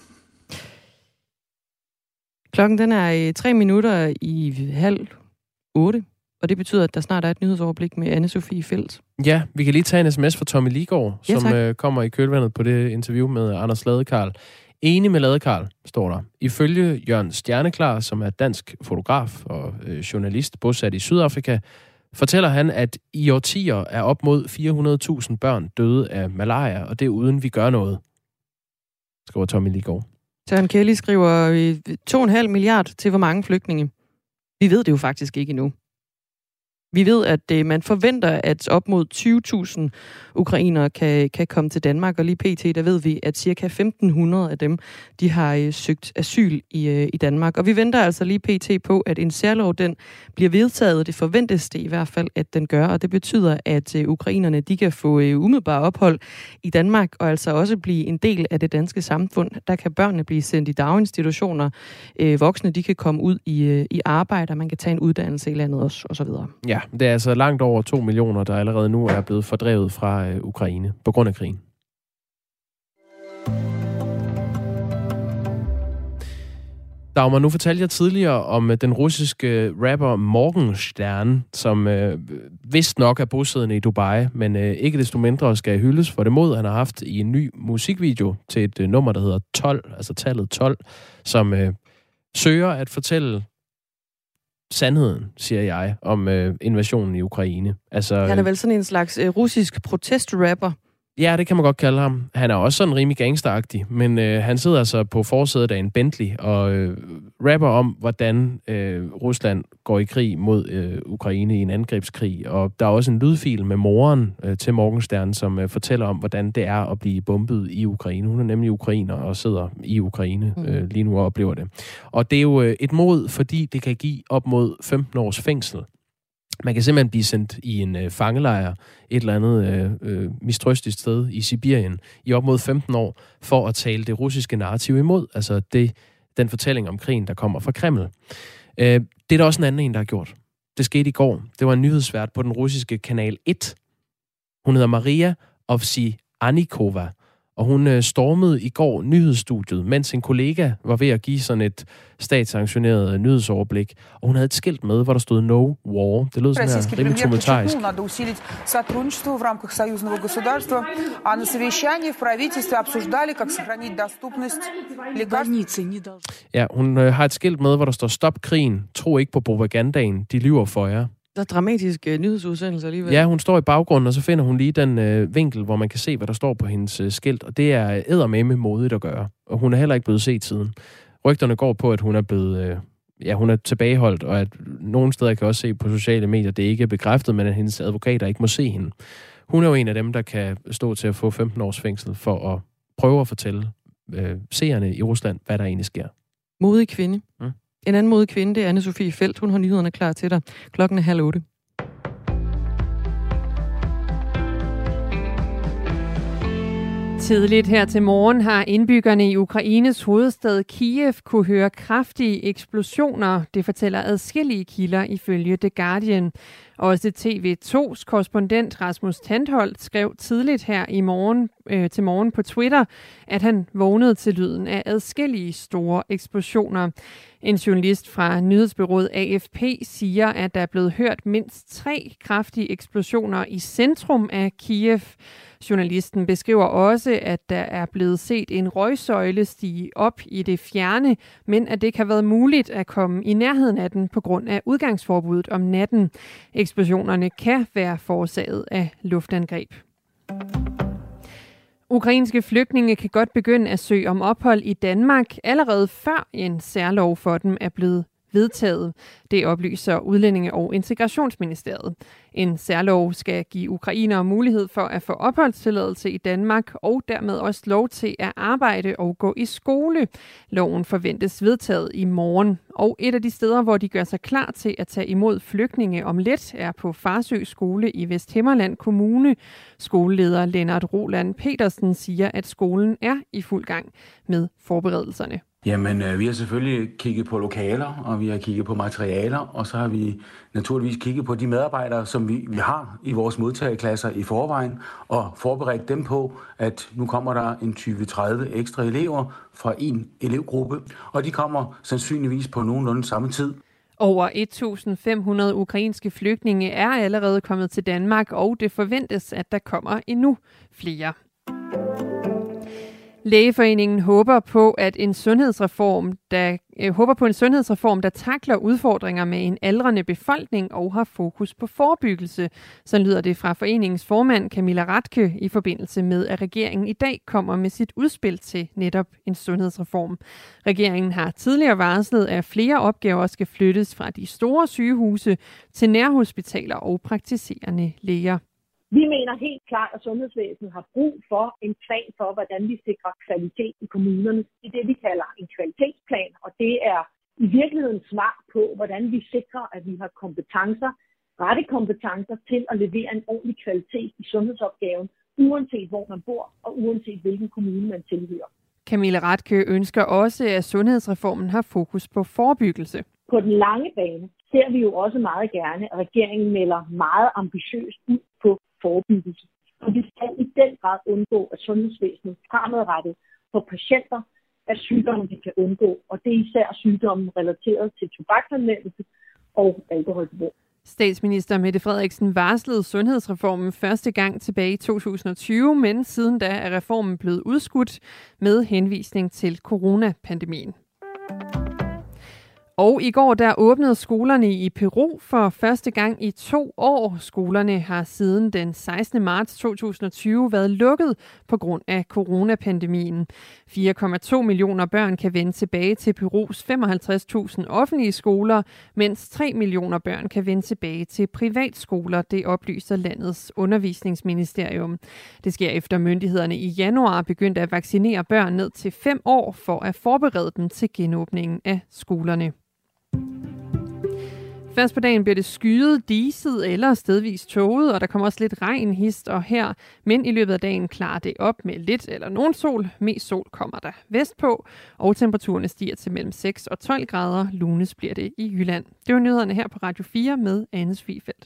Klokken den er 3 minutter i 7:30, og det betyder, at der snart er et nyhedsoverblik med Anne-Sophie Feldt. Ja, vi kan lige tage en sms fra Tommy Liggaard, ja, som kommer i kølvandet på det interview med Anders Ladekarl. Enig med Ladekarl, står der. Ifølge Jørgen Stjerneklar, som er dansk fotograf og journalist bosat i Sydafrika, fortæller han, at i årtier er op mod 400.000 børn døde af malaria, og det er uden vi gør noget, skriver Tommy Liggaard. Søren Kelly skriver 2,5 milliard til hvor mange flygtninge? Vi ved det jo faktisk ikke endnu. Vi ved, at man forventer, at op mod 20.000 ukrainere kan komme til Danmark, og lige pt. Der ved vi, at ca. 1.500 af dem, de har søgt asyl i Danmark. Og vi venter altså lige pt. På, at en særlov, den bliver vedtaget. Det forventes det i hvert fald, at den gør, og det betyder, at ukrainerne, de kan få umiddelbart ophold i Danmark, og altså også blive en del af det danske samfund. Der kan børnene blive sendt i daginstitutioner, voksne, de kan komme ud i arbejde, og man kan tage en uddannelse i landet også, og så videre. Ja, det er altså langt over 2 millioner, der allerede nu er blevet fordrevet fra Ukraine på grund af krigen. Dagmar, nu fortalte jeg tidligere om den russiske rapper Morgenstern, som vist nok er bosiddende i Dubai, men ikke desto mindre skal hyldes for det mod, han har haft i en ny musikvideo til et nummer, der hedder 12, altså tallet 12, som søger at fortælle sandheden, siger jeg, om invasionen i Ukraine. Altså, han er vel sådan en slags russisk protestrapper? Ja, det kan man godt kalde ham. Han er også sådan rimelig gangsteragtig, men han sidder altså på forsædet af en Bentley og rapper om, hvordan Rusland går i krig mod Ukraine i en angrebskrig. Og der er også en lydfil med moren til Morgenstern, som fortæller om, hvordan det er at blive bombet i Ukraine. Hun er nemlig ukrainer og sidder i Ukraine lige nu og oplever det. Og det er jo et mod, fordi det kan give op mod 15 års fængsel. Man kan simpelthen blive sendt i en fangelejr et eller andet mistrøstigt sted i Sibirien i op mod 15 år for at tale det russiske narrativ imod. Altså den fortælling om krigen, der kommer fra Kreml. Det er der også en anden, der har gjort. Det skete i går. Det var en nyhedsvært på den russiske kanal 1. Hun hedder Maria Ovsiannikova. Og hun stormede i går nyhedsstudiet, mens en kollega var ved at give sådan et statssanktioneret nyhedsoverblik. Og hun havde et skilt med, hvor der stod No War. Det lød sådan her rimelig tumultarisk. Ja, hun har et skilt med, hvor der står Stop krigen. Tro ikke på propagandaen. De lyver for jer. Der er dramatisk nyhedsudsendelse alligevel. Ja, hun står i baggrunden, og så finder hun lige den vinkel, hvor man kan se, hvad der står på hendes skilt. Og det er eddermame modigt at gøre. Og hun er heller ikke blevet set siden. Rygterne går på, at hun er blevet... hun er tilbageholdt, og at nogle steder kan også se på sociale medier, det er ikke bekræftet, men at hendes advokater ikke må se hende. Hun er jo en af dem, der kan stå til at få 15 års fængsel for at prøve at fortælle seerne i Rusland, hvad der egentlig sker. Modig kvinde. En anden modig kvinde, det er Anne-Sophie Feldt. Hun har nyhederne klar til dig. Klokken er 7:30. Tidligt her til morgen har indbyggerne i Ukraines hovedstad Kiev kunne høre kraftige eksplosioner. Det fortæller adskillige kilder ifølge The Guardian. Også TV2's korrespondent Rasmus Tandholt skrev tidligt her til morgen på Twitter, at han vågnede til lyden af adskillige store eksplosioner. En journalist fra nyhedsbureauet AFP siger, at der er blevet hørt mindst 3 kraftige eksplosioner i centrum af Kiev. Journalisten beskriver også, at der er blevet set en røgsøjle stige op i det fjerne, men at det ikke har været muligt at komme i nærheden af den på grund af udgangsforbuddet om natten. Eksplosionerne kan være forårsaget af luftangreb. Ukrainske flygtninge kan godt begynde at søge om ophold i Danmark, allerede før en særlov for dem er blevet vedtaget. Det oplyser Udlændinge- og Integrationsministeriet. En særlov skal give ukrainere mulighed for at få opholdstilladelse i Danmark og dermed også lov til at arbejde og gå i skole. Loven forventes vedtaget i morgen. Og et af de steder, hvor de gør sig klar til at tage imod flygtninge om lidt, er på Farsø Skole i Vesthimmerland Kommune. Skoleleder Lennart Roland Petersen siger, at skolen er i fuld gang med forberedelserne. Jamen, vi har selvfølgelig kigget på lokaler, og vi har kigget på materialer, og så har vi naturligvis kigget på de medarbejdere, som vi har i vores modtagerklasser i forvejen, og forberedt dem på, at nu kommer der en 20-30 ekstra elever fra en elevgruppe, og de kommer sandsynligvis på nogenlunde samme tid. Over 1.500 ukrainske flygtninge er allerede kommet til Danmark, og det forventes, at der kommer endnu flere. Lægeforeningen håber på en sundhedsreform, der tackler udfordringer med en aldrende befolkning og har fokus på forebyggelse. Så lyder det fra foreningens formand Camilla Rathke i forbindelse med, at regeringen i dag kommer med sit udspil til netop en sundhedsreform. Regeringen har tidligere varslet, at flere opgaver skal flyttes fra de store sygehuse til nærhospitaler og praktiserende læger. Vi mener helt klart, at sundhedsvæsenet har brug for en plan for, hvordan vi sikrer kvalitet i kommunerne. Det er det, vi kalder en kvalitetsplan, og det er i virkeligheden svar på, hvordan vi sikrer, at vi har rette kompetencer til at levere en ordentlig kvalitet i sundhedsopgaven, uanset hvor man bor og uanset hvilken kommune man tilhører. Camilla Rathke ønsker også, at sundhedsreformen har fokus på forebyggelse. På den lange bane ser vi jo også meget gerne, at regeringen melder meget ambitiøst ud på forebyggelse. Og vi skal i den grad undgå, at sundhedsvæsenet fremadrettet for patienter af sygdomme, de kan undgå. Og det er især sygdomme relateret til tobaksanvendelse og alkoholforbrug. Statsminister Mette Frederiksen varslede sundhedsreformen første gang tilbage i 2020, men siden da er reformen blevet udskudt med henvisning til coronapandemien. Og i går der åbnede skolerne i Peru for første gang i 2 år. Skolerne har siden den 16. marts 2020 været lukket på grund af coronapandemien. 4,2 millioner børn kan vende tilbage til Perus 55.000 offentlige skoler, mens 3 millioner børn kan vende tilbage til privatskoler, det oplyser landets undervisningsministerium. Det sker efter myndighederne i januar begyndte at vaccinere børn ned til 5 år for at forberede dem til genåbningen af skolerne. Først på dagen bliver det skyet, diset eller stedvis tåget, og der kommer også lidt regn hist og her. Men i løbet af dagen klarer det op med lidt eller nogen sol. Mest sol kommer der vestpå, og temperaturerne stiger til mellem 6 og 12 grader. Lunes bliver det i Jylland. Det var nyhederne her på Radio 4 med Anne Svifeldt.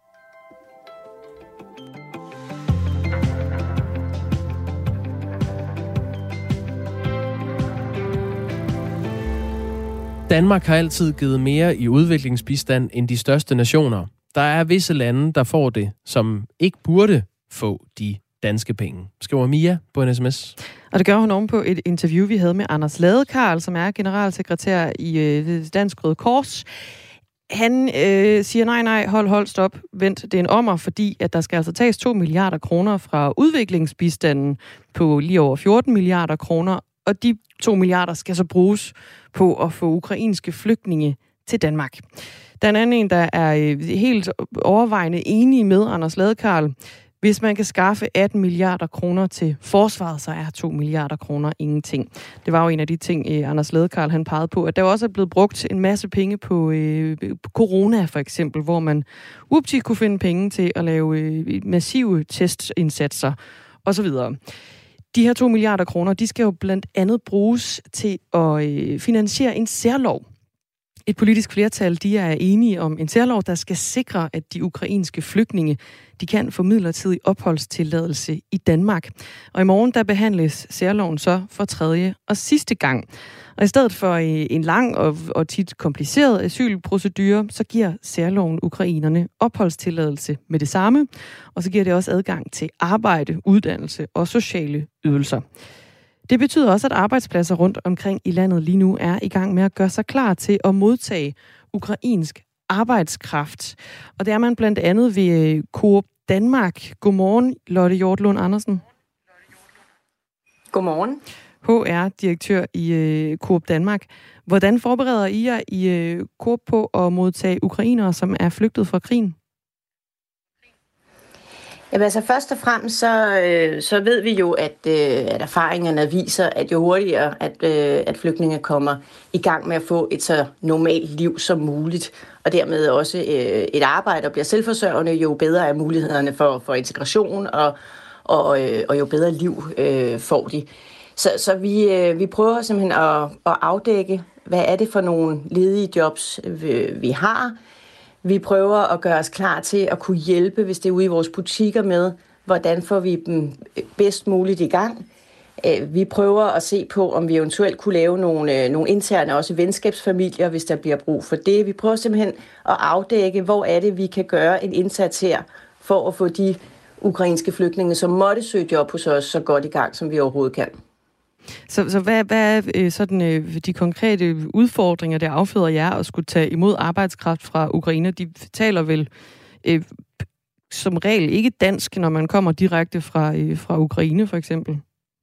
Danmark har altid givet mere i udviklingsbistand end de største nationer. Der er visse lande, der får det, som ikke burde få de danske penge, skriver Mia på en sms. Og det gør hun oven på et interview, vi havde med Anders Ladekarl, som er generalsekretær i Dansk Røde Kors. Han siger, nej, hold, stop, vent, det er en ommer, fordi at der skal altså tages 2 milliarder kroner fra udviklingsbistanden på lige over 14 milliarder kroner, og de 2 milliarder skal så bruges på at få ukrainske flygtninge til Danmark. Der er en anden en, der er helt overvejende enig med Anders Ladekarl. Hvis man kan skaffe 18 milliarder kroner til forsvaret, så er 2 milliarder kroner ingenting. Det var jo en af de ting, Anders Ladekarl han pegede på, at der også er blevet brugt en masse penge på corona for eksempel, hvor man kunne finde penge til at lave massive testindsatser osv. De her 2 milliarder kroner, de skal jo blandt andet bruges til at finansiere en særlov. Et politisk flertal, de er enige om en særlov, der skal sikre, at de ukrainske flygtninge, de kan få midlertidig opholdstilladelse i Danmark. Og i morgen, der behandles særloven så for tredje og sidste gang. Og i stedet for en lang og tit kompliceret asylprocedure, så giver særloven ukrainerne opholdstilladelse med det samme. Og så giver det også adgang til arbejde, uddannelse og sociale ydelser. Det betyder også, at arbejdspladser rundt omkring i landet lige nu er i gang med at gøre sig klar til at modtage ukrainsk arbejdskraft. Og det er man blandt andet ved Coop Danmark. Godmorgen, Lotte Hjortlund Andersen. Godmorgen. HR-direktør i Coop Danmark. Hvordan forbereder I jer i Coop på at modtage ukrainere, som er flygtet fra krigen? Jamen, altså først og fremmest så ved vi jo, at erfaringerne viser, at jo hurtigere, at flygtninge kommer i gang med at få et så normalt liv som muligt, og dermed også et arbejde og bliver selvforsørgende, jo bedre er mulighederne for integration, og jo bedre liv får de. Så vi prøver simpelthen at afdække, hvad er det for nogle ledige jobs, vi har. Vi prøver at gøre os klar til at kunne hjælpe, hvis det er ude i vores butikker med, hvordan får vi dem bedst muligt i gang. Vi prøver at se på, om vi eventuelt kunne lave nogle interne også venskabsfamilier, hvis der bliver brug for det. Vi prøver simpelthen at afdække, hvor er det, vi kan gøre en indsats her, for at få de ukrainske flygtninge, som måtte søge job hos os, så godt i gang, som vi overhovedet kan. Så hvad er sådan de konkrete udfordringer, der afføder jer at skulle tage imod arbejdskraft fra Ukraine? De taler vel som regel ikke dansk, når man kommer direkte fra Ukraine, for eksempel?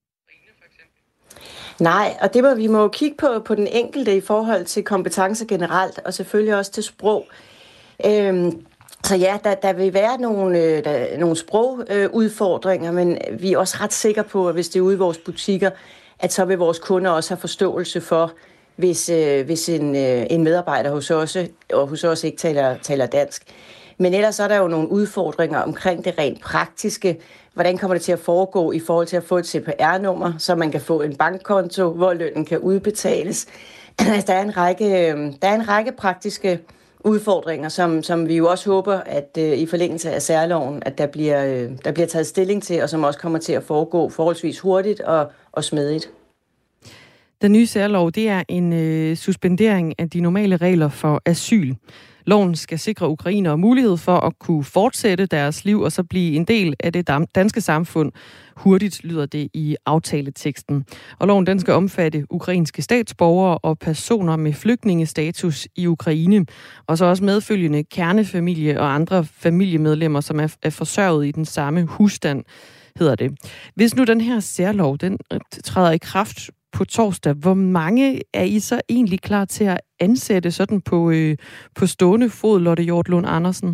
Nej, og det vi må kigge på den enkelte i forhold til kompetencer generelt, og selvfølgelig også til sprog. Så ja, der vil være nogle sprogudfordringer, men vi er også ret sikre på, at hvis det er ude i vores butikker, at så vil vores kunder også have forståelse for, hvis en medarbejder hos os ikke taler dansk. Men ellers er der jo nogle udfordringer omkring det rent praktiske. Hvordan kommer det til at foregå i forhold til at få et CPR-nummer, så man kan få en bankkonto, hvor lønnen kan udbetales. Der er en række praktiske udfordringer, som vi jo også håber, at i forlængelse af særloven, at der bliver taget stilling til, og som også kommer til at foregå forholdsvis hurtigt og smidigt. Den nye særlov, det er en suspendering af de normale regler for asyl. Loven skal sikre ukrainere mulighed for at kunne fortsætte deres liv og så blive en del af det danske samfund. Hurtigt lyder det i aftaleteksten. Og loven den skal omfatte ukrainske statsborgere og personer med flygtningestatus i Ukraine. Og så også medfølgende kernefamilie og andre familiemedlemmer, som er forsørget i den samme husstand, hedder det. Hvis nu den her særlov den træder i kraft på torsdag, hvor mange er I så egentlig klar til at ansætte sådan på stående fod, Lotte Hjortlund Andersen?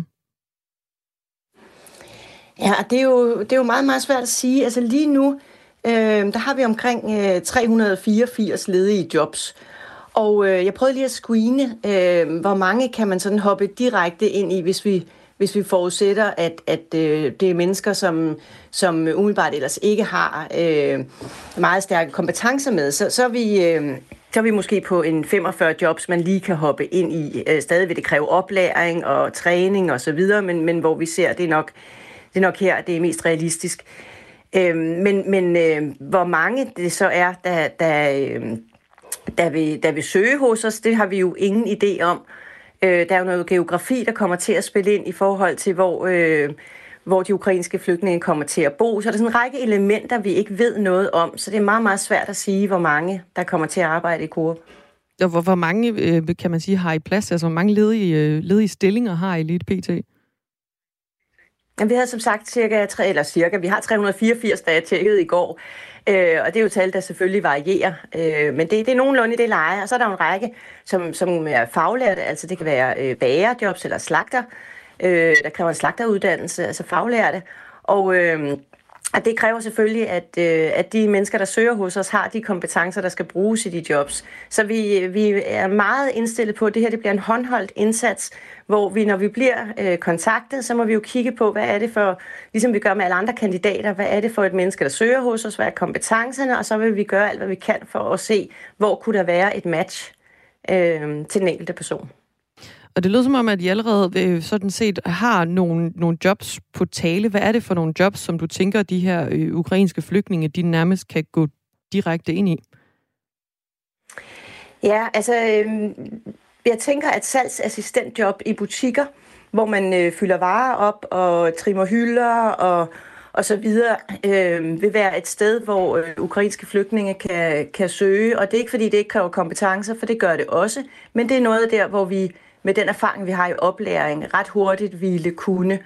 Ja, det er jo meget, meget svært at sige. Altså lige nu, der har vi omkring 384 ledige jobs. Og jeg prøvede lige at screene, hvor mange kan man sådan hoppe direkte ind i, hvis vi forudsætter, at det er mennesker, som umiddelbart ellers ikke har meget stærke kompetencer med. Så er vi måske på en 45 jobs, man lige kan hoppe ind i. Stadig vil det kræve oplæring og træning og så videre, men hvor vi ser, det er nok her, det er mest realistisk. Men hvor mange det så er, der vil søge hos os, det har vi jo ingen idé om. Der er jo noget geografi, der kommer til at spille ind i forhold til, hvor de ukrainske flygtninge kommer til at bo. Så er der sådan en række elementer, vi ikke ved noget om. Så det er meget, meget svært at sige, hvor mange der kommer til at arbejde i Coop. Og hvor mange, kan man sige, har I plads? Altså, hvor mange ledige stillinger har I lige pt? Vi havde som sagt vi har 384, da jeg tjekkede i går. Og det er jo tal, der selvfølgelig varierer. Men det er nogenlunde i det leje. Og så er der jo en række, som er faglærte. Altså det kan være bagerjobs eller slagter. Der kræver en slagteruddannelse, altså faglærte. Og Og det kræver selvfølgelig, at de mennesker, der søger hos os, har de kompetencer, der skal bruges i de jobs. Så vi er meget indstillet på, at det her det bliver en håndholdt indsats, hvor vi, når vi bliver kontaktet, så må vi jo kigge på, hvad er det for, ligesom vi gør med alle andre kandidater, hvad er det for et menneske, der søger hos os, hvad er kompetencerne, og så vil vi gøre alt, hvad vi kan for at se, hvor kunne der være et match til den enkelte person. Og det lyder som om, at I allerede sådan set har nogle jobs på tale. Hvad er det for nogle jobs, som du tænker, de her ukrainske flygtninge, de nærmest kan gå direkte ind i? Ja, altså, jeg tænker, at salgsassistentjob i butikker, hvor man fylder varer op og trimmer hylder og så videre, vil være et sted, hvor ukrainske flygtninge kan søge. Og det er ikke, fordi det ikke kræver kompetencer, for det gør det også. Men det er noget der, hvor vi med den erfaring, vi har i oplæring, ret hurtigt ville kunne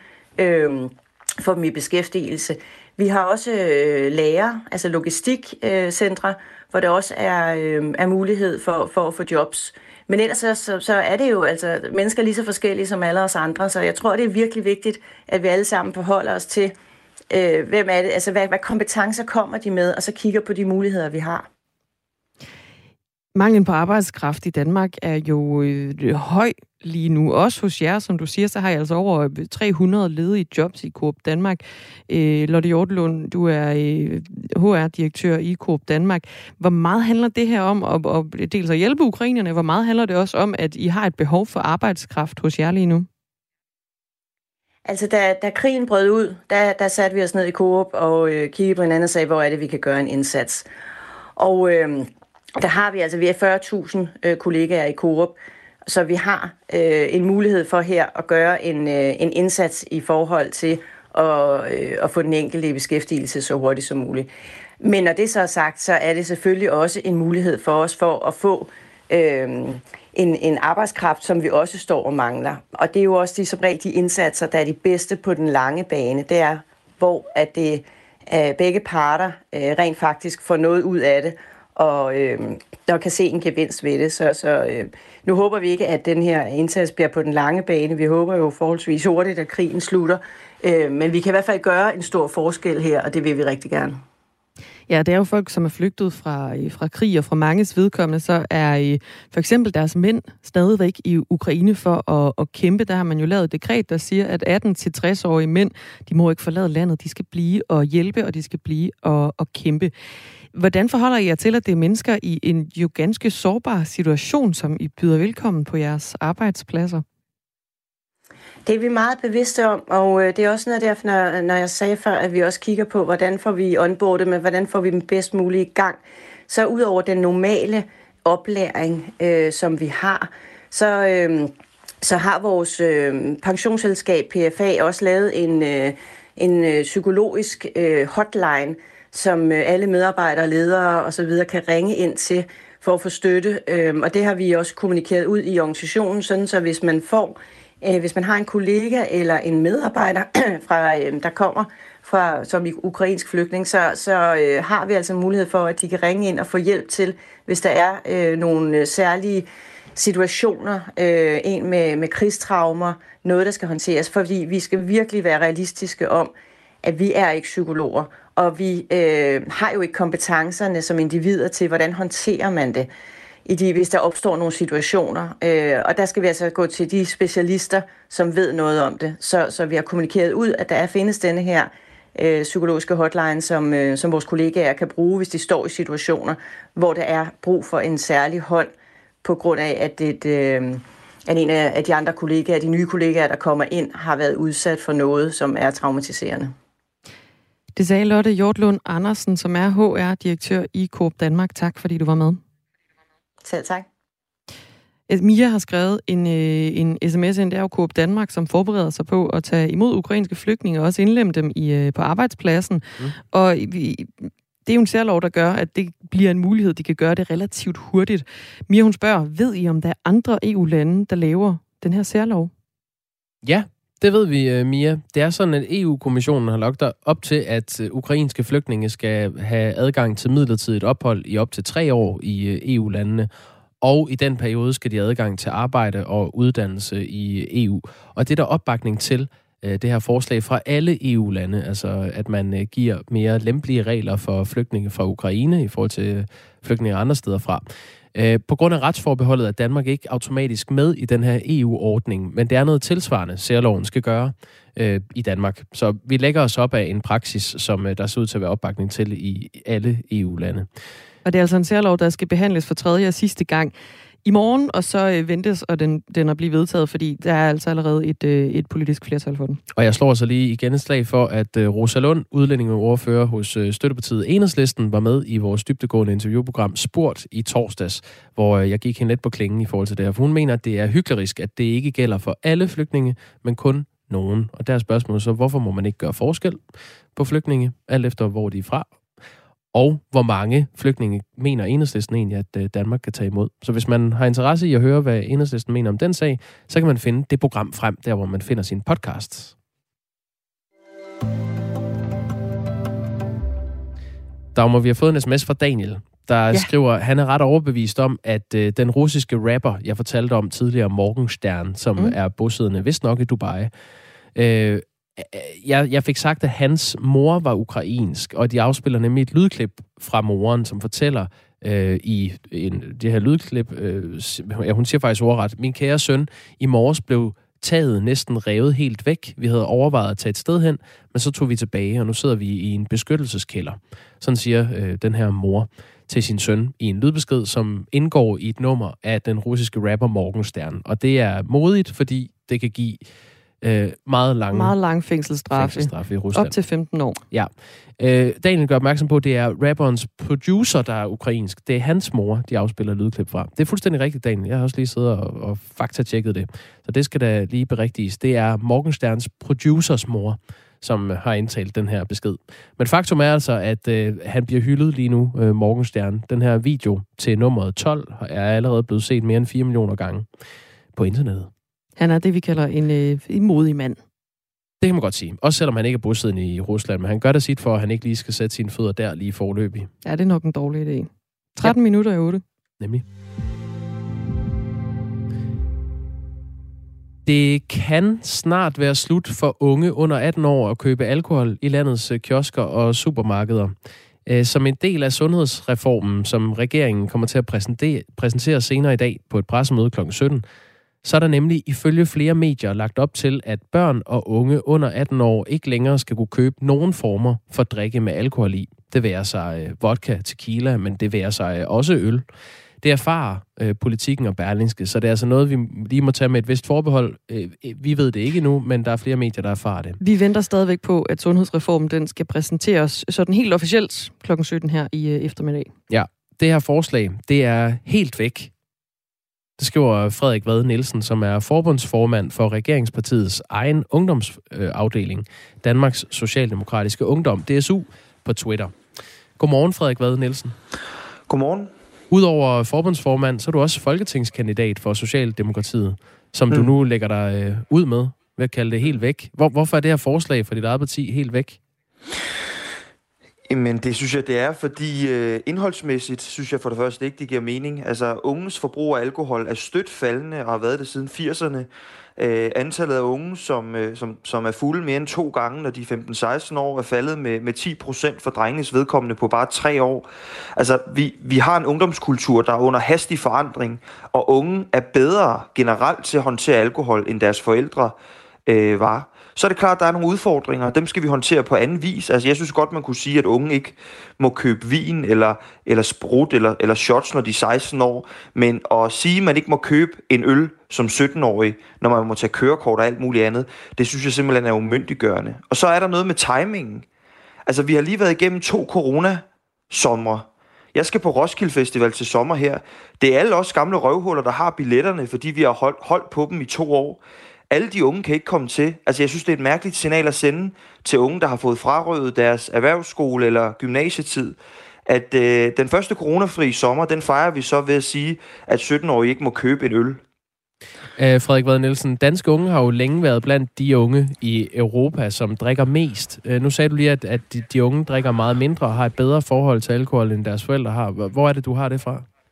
få dem i beskæftigelse. Vi har også lager, altså logistikcentre, hvor der også er mulighed for at få jobs. Men ellers så er det jo altså mennesker lige så forskellige som alle os andre, så jeg tror, det er virkelig vigtigt, at vi alle sammen forholder os til, hvem er det, altså hvad kompetencer kommer de med, og så kigger på de muligheder, vi har. Manglen på arbejdskraft i Danmark er jo høj lige nu. Også hos jer, som du siger, så har jeg altså over 300 ledige jobs i Coop Danmark. Lotte Hjortlund, du er HR-direktør i Coop Danmark. Hvor meget handler det her om at dels at hjælpe ukrainerne? Hvor meget handler det også om, at I har et behov for arbejdskraft hos jer lige nu? Altså, da krigen brød ud, der satte vi os ned i Coop og kiggede på hinanden og sagde, hvor er det, vi kan gøre en indsats. Og der har vi er 40.000 kollegaer i Coop, så vi har en mulighed for her at gøre en indsats i forhold til at få den enkelte i beskæftigelse så hurtigt som muligt. Men når det så er sagt, så er det selvfølgelig også en mulighed for os for at få en arbejdskraft, som vi også står og mangler. Og det er jo også som regel de indsatser, der er de bedste på den lange bane. Det er, hvor at begge parter rent faktisk får noget ud af det, og der kan se en gevinst ved det. Så nu håber vi ikke, at den her indsats bliver på den lange bane. Vi håber jo forholdsvis hurtigt, at krigen slutter. Men vi kan i hvert fald gøre en stor forskel her, og det vil vi rigtig gerne. Ja, det er jo folk, som er flygtet fra krig, og fra manges vedkommende, så er for eksempel deres mænd stadigvæk i Ukraine for at kæmpe. Der har man jo lavet et dekret, der siger, at 18-60-årige mænd, de må ikke forlade landet, de skal blive og hjælpe, og de skal blive og kæmpe. Hvordan forholder I jer til, at det er mennesker i en jo ganske sårbar situation, som I byder velkommen på jeres arbejdspladser? Det er vi meget bevidste om, og det er også noget derfor, når jeg sagde før, at vi også kigger på, hvordan får vi onboardet, men hvordan får vi dem bedst muligt i gang. Så ud over den normale oplæring, som vi har, så har vores pensionsselskab PFA også lavet en psykologisk hotline, som alle medarbejdere, ledere osv. kan ringe ind til for at få støtte. Og det har vi også kommunikeret ud i organisationen, sådan så hvis man har en kollega eller en medarbejder, der kommer som ukrainsk flygtning, så har vi altså mulighed for, at de kan ringe ind og få hjælp til, hvis der er nogle særlige situationer, en med krigstraumer, noget, der skal håndteres, fordi vi skal virkelig være realistiske om, at vi er ikke psykologer, og vi har jo ikke kompetencerne som individer til, hvordan håndterer man det, hvis der opstår nogle situationer. Og der skal vi altså gå til de specialister, som ved noget om det. Så vi har kommunikeret ud, at der findes denne her psykologiske hotline, som vores kollegaer kan bruge, hvis de står i situationer, hvor der er brug for en særlig hånd, på grund af, at en af de andre kollegaer, de nye kollegaer, der kommer ind, har været udsat for noget, som er traumatiserende. Det sagde Lotte Hjortlund Andersen, som er HR-direktør i Coop Danmark. Tak, fordi du var med. Selv tak. Mia har skrevet en sms ind, det er jo Coop Danmark, som forbereder sig på at tage imod ukrainske flygtninge og også indlemme dem på arbejdspladsen. Og det er jo en særlov, der gør, at det bliver en mulighed, de kan gøre det relativt hurtigt. Mia, hun spørger, ved I, om der er andre EU-lande, der laver den her særlov? Ja, det ved vi, Mia. Det er sådan, at EU-kommissionen har lagt op til, at ukrainske flygtninge skal have adgang til midlertidigt ophold i op til 3 år i EU-landene. Og i den periode skal de have adgang til arbejde og uddannelse i EU. Og det er der opbakning til det her forslag fra alle EU-lande, altså at man giver mere lempelige regler for flygtninge fra Ukraine i forhold til flygtninge andre steder fra. På grund af retsforbeholdet er Danmark ikke automatisk med i den her EU-ordning, men det er noget tilsvarende, særloven skal gøre i Danmark. Så vi lægger os op af en praksis, som der ser ud til at være opbakning til i alle EU-lande. Og det er altså en særlov, der skal behandles for tredje og sidste gang i morgen, og så ventes og den at blive vedtaget, fordi der er altså allerede et politisk flertal for den. Og jeg slår så lige igen et slag for, at Rosa Lund, udlændingeordfører hos Støttepartiet Enhedslisten, var med i vores dybdegående interviewprogram Spurgt i torsdags, hvor jeg gik hende lidt på klingen i forhold til det her. For hun mener, at det er hyklerisk, at det ikke gælder for alle flygtninge, men kun nogen. Og der er spørgsmålet så, hvorfor må man ikke gøre forskel på flygtninge, alt efter hvor de er fra? Og hvor mange flygtninge mener Enhedslisten egentlig, at Danmark kan tage imod. Så hvis man har interesse i at høre, hvad Enhedslisten mener om den sag, så kan man finde det program frem, der hvor man finder sin podcast. Dagmar, vi har fået en sms fra Daniel, der skriver, han er ret overbevist om, at den russiske rapper, jeg fortalte om tidligere, Morgenstern, som er bosiddende vist nok i Dubai, jeg fik sagt, at hans mor var ukrainsk, og de afspiller nemlig et lydklip fra moren, som fortæller det her lydklip, hun siger faktisk ordret, min kære søn i morges blev taget næsten revet helt væk. Vi havde overvejet at tage et sted hen, men så tog vi tilbage, og nu sidder vi i en beskyttelseskælder. Sådan siger den her mor til sin søn i en lydbesked, som indgår i et nummer af den russiske rapper Morgenstern. Og det er modigt, fordi det kan give meget lang fængselsstraffe i Rusland. Op til 15 år. Ja. Daniel gør opmærksom på, at det er rapperens producer, der er ukrainsk. Det er hans mor, de afspiller lydklip fra. Det er fuldstændig rigtigt, Daniel. Jeg har også lige siddet og faktatjekket det. Så det skal da lige berigtiges. Det er Morgensterns producers mor, som har indtalt den her besked. Men faktum er altså, at han bliver hyldet lige nu, Morgenstern. Den her video til nummeret 12 er allerede blevet set mere end 4 millioner gange på internettet. Han er det, vi kalder en modig mand. Det kan man godt sige. Også selvom han ikke er bosiddende i Rusland, men han gør det sit for, at han ikke lige skal sætte sine fødder der lige forløbig. Ja, det er nok en dårlig idé. 13 minutter i 8. Nemlig. Det kan snart være slut for unge under 18 år at købe alkohol i landets kiosker og supermarkeder. Som en del af sundhedsreformen, som regeringen kommer til at præsentere senere i dag på et pressemøde kl. 17, så er der nemlig ifølge flere medier lagt op til, at børn og unge under 18 år ikke længere skal kunne købe nogen former for drikke med alkohol i. Det værer sig vodka, tequila, men det værer sig også øl. Det erfarer Politikken og Berlingske, så det er altså noget, vi lige må tage med et vist forbehold. Vi ved det ikke nu, men der er flere medier, der erfarer det. Vi venter stadigvæk på, at sundhedsreformen den skal præsenteres sådan helt officielt kl. 17 her i eftermiddag. Ja, det her forslag, det er helt væk. Det skriver Frederik Vad Nielsen, som er forbundsformand for regeringspartiets egen ungdomsafdeling, Danmarks Socialdemokratiske Ungdom, DSU, på Twitter. Godmorgen, Frederik Vad Nielsen. Godmorgen. Udover forbundsformand, så er du også folketingskandidat for Socialdemokratiet, som du nu lægger dig ud med, ved at kalde det helt væk. Hvorfor er det her forslag for dit eget parti helt væk? Jamen, det synes jeg, det er, fordi indholdsmæssigt synes jeg for det første ikke, det giver mening. Altså, unges forbrug af alkohol er stødt faldende og har været det siden 80'erne. Antallet af unge, som er fulde mere end 2 gange, når de er 15-16 år, er faldet med 10% for drengenes vedkommende på bare 3 år. Altså, vi har en ungdomskultur, der er under hastig forandring, og unge er bedre generelt til at håndtere alkohol, end deres forældre var. Så er det klart, at der er nogle udfordringer, og dem skal vi håndtere på anden vis. Altså, jeg synes godt, man kunne sige, at unge ikke må købe vin eller sprut eller shots, når de er 16 år. Men at sige, at man ikke må købe en øl som 17-årig, når man må tage kørekort og alt muligt andet, det synes jeg simpelthen er umyndiggørende. Og så er der noget med timingen. Altså, vi har lige været igennem 2 coronasomre. Jeg skal på Roskilde Festival til sommer her. Det er alle os gamle røvhuller, der har billetterne, fordi vi har holdt på dem i 2 år. Alle de unge kan ikke komme til. Altså, jeg synes, det er et mærkeligt signal at sende til unge, der har fået frarøvet deres erhvervsskole eller gymnasietid, at den første coronafri sommer, den fejrer vi så ved at sige, at 17-årige ikke må købe en øl. Frederik Vad Nielsen, danske unge har jo længe været blandt de unge i Europa, som drikker mest. Nu sagde du lige, at de unge drikker meget mindre og har et bedre forhold til alkohol, end deres forældre har. Hvor er det, du har det fra?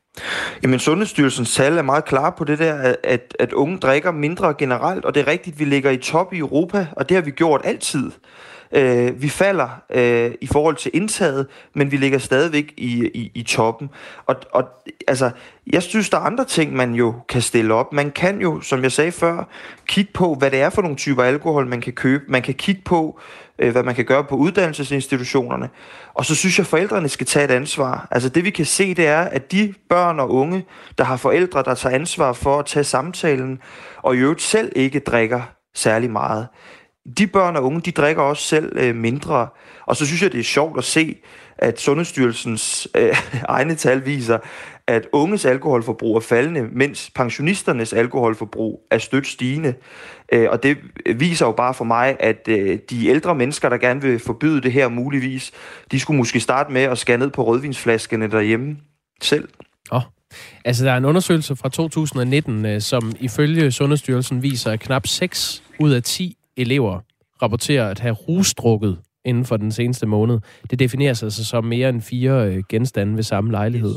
Jamen, Sundhedsstyrelsens tal er meget klar på det der, at unge drikker mindre generelt, og det er rigtigt, vi ligger i top i Europa, og det har vi gjort altid. Vi falder i forhold til indtaget, men vi ligger stadigvæk i toppen. Og altså, jeg synes, der er andre ting, man jo kan stille op. Man kan jo, som jeg sagde før, kigge på, hvad det er for nogle typer alkohol, man kan købe. Man kan kigge på, hvad man kan gøre på uddannelsesinstitutionerne. Og så synes jeg, at forældrene skal tage et ansvar. Altså det vi kan se, det er, at de børn og unge, der har forældre, der tager ansvar for at tage samtalen, og i øvrigt selv ikke drikker særlig meget. De børn og unge, de drikker også selv mindre. Og så synes jeg, det er sjovt at se, at Sundhedsstyrelsens egne tal viser, at unges alkoholforbrug er faldende, mens pensionisternes alkoholforbrug er stødt stigende. Og det viser jo bare for mig, at de ældre mennesker, der gerne vil forbyde det her muligvis, de skulle måske starte med at skære ned på rødvinsflaskerne derhjemme selv. Altså, der er en undersøgelse fra 2019, som ifølge Sundhedsstyrelsen viser, at knap 6 ud af 10 elever rapporterer at have rusdrukket inden for den seneste måned. Det definerer sig som mere end 4 genstande ved samme lejlighed.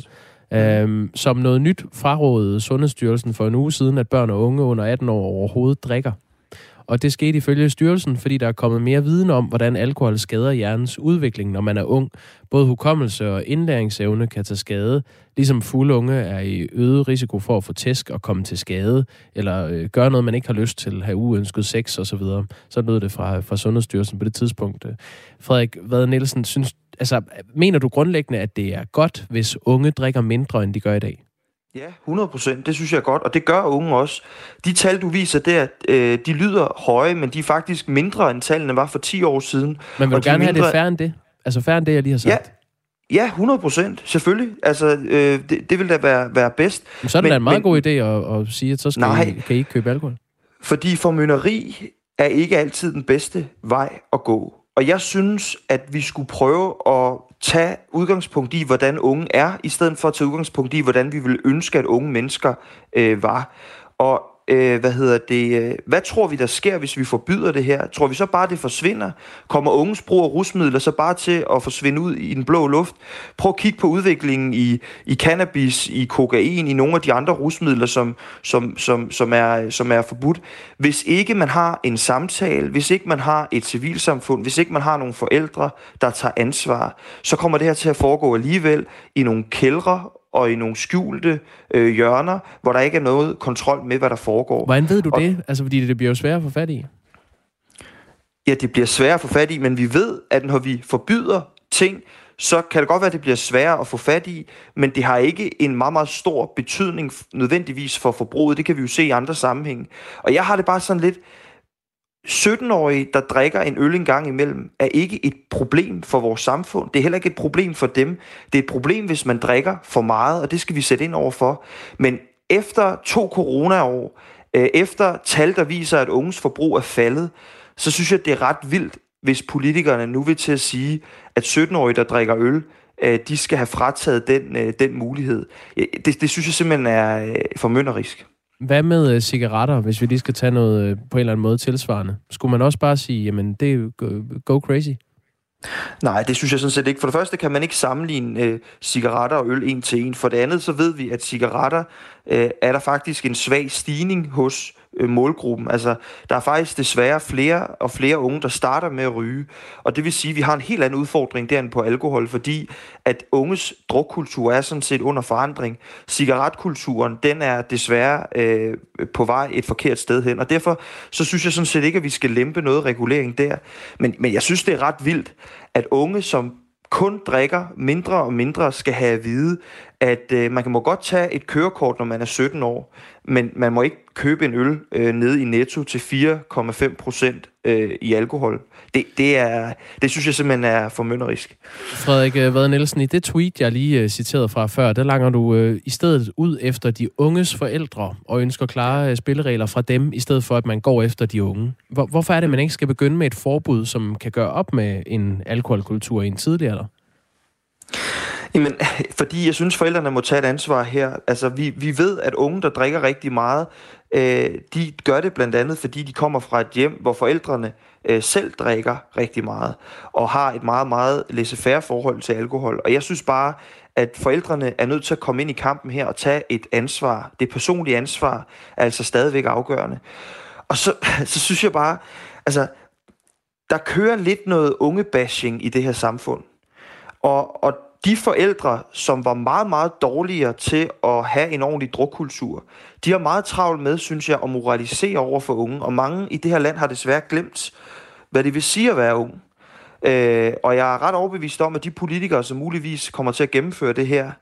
Som noget nyt frarådede Sundhedsstyrelsen for en uge siden, at børn og unge under 18 år overhovedet drikker. Og det skete ifølge styrelsen, fordi der er kommet mere viden om, hvordan alkohol skader hjernens udvikling, når man er ung. Både hukommelse og indlæringsevne kan tage skade, ligesom fulde unge er i øget risiko for at få tæsk og komme til skade, eller gøre noget, man ikke har lyst til, have uønsket sex osv. Så lød det fra Sundhedsstyrelsen på det tidspunkt. Frederik Vad Nielsen, mener du grundlæggende, at det er godt, hvis unge drikker mindre, end de gør i dag? Ja, 100%. Det synes jeg er godt, og det gør unge også. De tal, du viser der, de lyder høje, men de er faktisk mindre, end tallene var for 10 år siden. Men vil du gerne have det færre end det? Altså færre end det, jeg lige har sagt? Ja, 100%. Selvfølgelig. Altså, det vil da være bedst. Men så er det da en meget god idé at sige, at så kan I ikke købe alkohol. Fordi formynderi er ikke altid den bedste vej at gå. Og jeg synes, at vi skulle prøve at tage udgangspunkt i, hvordan unge er, i stedet for at tage udgangspunkt i, hvordan vi ville ønske, at unge mennesker var. Og hvad tror vi, der sker, hvis vi forbyder det her? Tror vi så bare, det forsvinder? Kommer unges brug af rusmidler så bare til at forsvinde ud i den blå luft? Prøv at kigge på udviklingen i cannabis, i kokain, i nogle af de andre rusmidler, som er forbudt. Hvis ikke man har en samtale, hvis ikke man har et civilsamfund, hvis ikke man har nogle forældre, der tager ansvar, så kommer det her til at foregå alligevel i nogle kældre, og i nogle skjulte hjørner, hvor der ikke er noget kontrol med, hvad der foregår. Hvordan ved du det? Altså, fordi det bliver jo sværere at få fat i. Ja, det bliver sværere at få fat i, men vi ved, at når vi forbyder ting, så kan det godt være, at det bliver sværere at få fat i, men det har ikke en meget, meget stor betydning nødvendigvis for forbruget. Det kan vi jo se i andre sammenhænge. Og jeg har det bare sådan lidt, 17-årige, der drikker en øl en gang imellem, er ikke et problem for vores samfund. Det er heller ikke et problem for dem. Det er et problem, hvis man drikker for meget, og det skal vi sætte ind over for. Men efter 2 coronaår, efter tal, der viser, at unges forbrug er faldet, så synes jeg, det er ret vildt, hvis politikerne nu vil til at sige, at 17-årige, der drikker øl, de skal have frataget den mulighed. Det synes jeg simpelthen er formynderisk. Hvad med cigaretter, hvis vi lige skal tage noget på en eller anden måde tilsvarende? Skulle man også bare sige, jamen det er go crazy? Nej, det synes jeg sådan set ikke. For det første kan man ikke sammenligne cigaretter og øl en til en. For det andet, så ved vi, at cigaretter er der faktisk en svag stigning hos målgruppen. Altså, der er faktisk desværre flere og flere unge, der starter med at ryge. Og det vil sige, at vi har en helt anden udfordring derinde på alkohol, fordi at unges drukkultur er sådan set under forandring. Cigaretkulturen, den er desværre på vej et forkert sted hen. Og derfor så synes jeg sådan set ikke, at vi skal lempe noget regulering der. Men jeg synes, det er ret vildt, at unge, som kun drikker mindre og mindre, skal have at vide, at man må godt tage et kørekort, når man er 17 år, men man må ikke købe en øl nede i Netto til 4,5% i alkohol. Det synes jeg simpelthen er formynderisk. Frederik Vad Nielsen, i det tweet, jeg lige citerede fra før, der langer du i stedet ud efter de unges forældre og ønsker klare spilleregler fra dem, i stedet for, at man går efter de unge. Hvorfor er det, man ikke skal begynde med et forbud, som kan gøre op med en alkoholkultur i en tidlig alder? Jamen, fordi jeg synes, forældrene må tage et ansvar her. Altså, vi ved, at unge, der drikker rigtig meget, de gør det blandt andet, fordi de kommer fra et hjem, hvor forældrene selv drikker rigtig meget, og har et meget, meget laissez-faire forhold til alkohol. Og jeg synes bare, at forældrene er nødt til at komme ind i kampen her og tage et ansvar. Det personlige ansvar er altså stadigvæk afgørende. Og så synes jeg bare, altså, der kører lidt noget ungebashing i det her samfund. Og de forældre, som var meget, meget dårligere til at have en ordentlig drukkultur, de har meget travlt med, synes jeg, at moralisere over for unge. Og mange i det her land har desværre glemt, hvad det vil sige at være ung. Og jeg er ret overbevist om, at de politikere, som muligvis kommer til at gennemføre det her,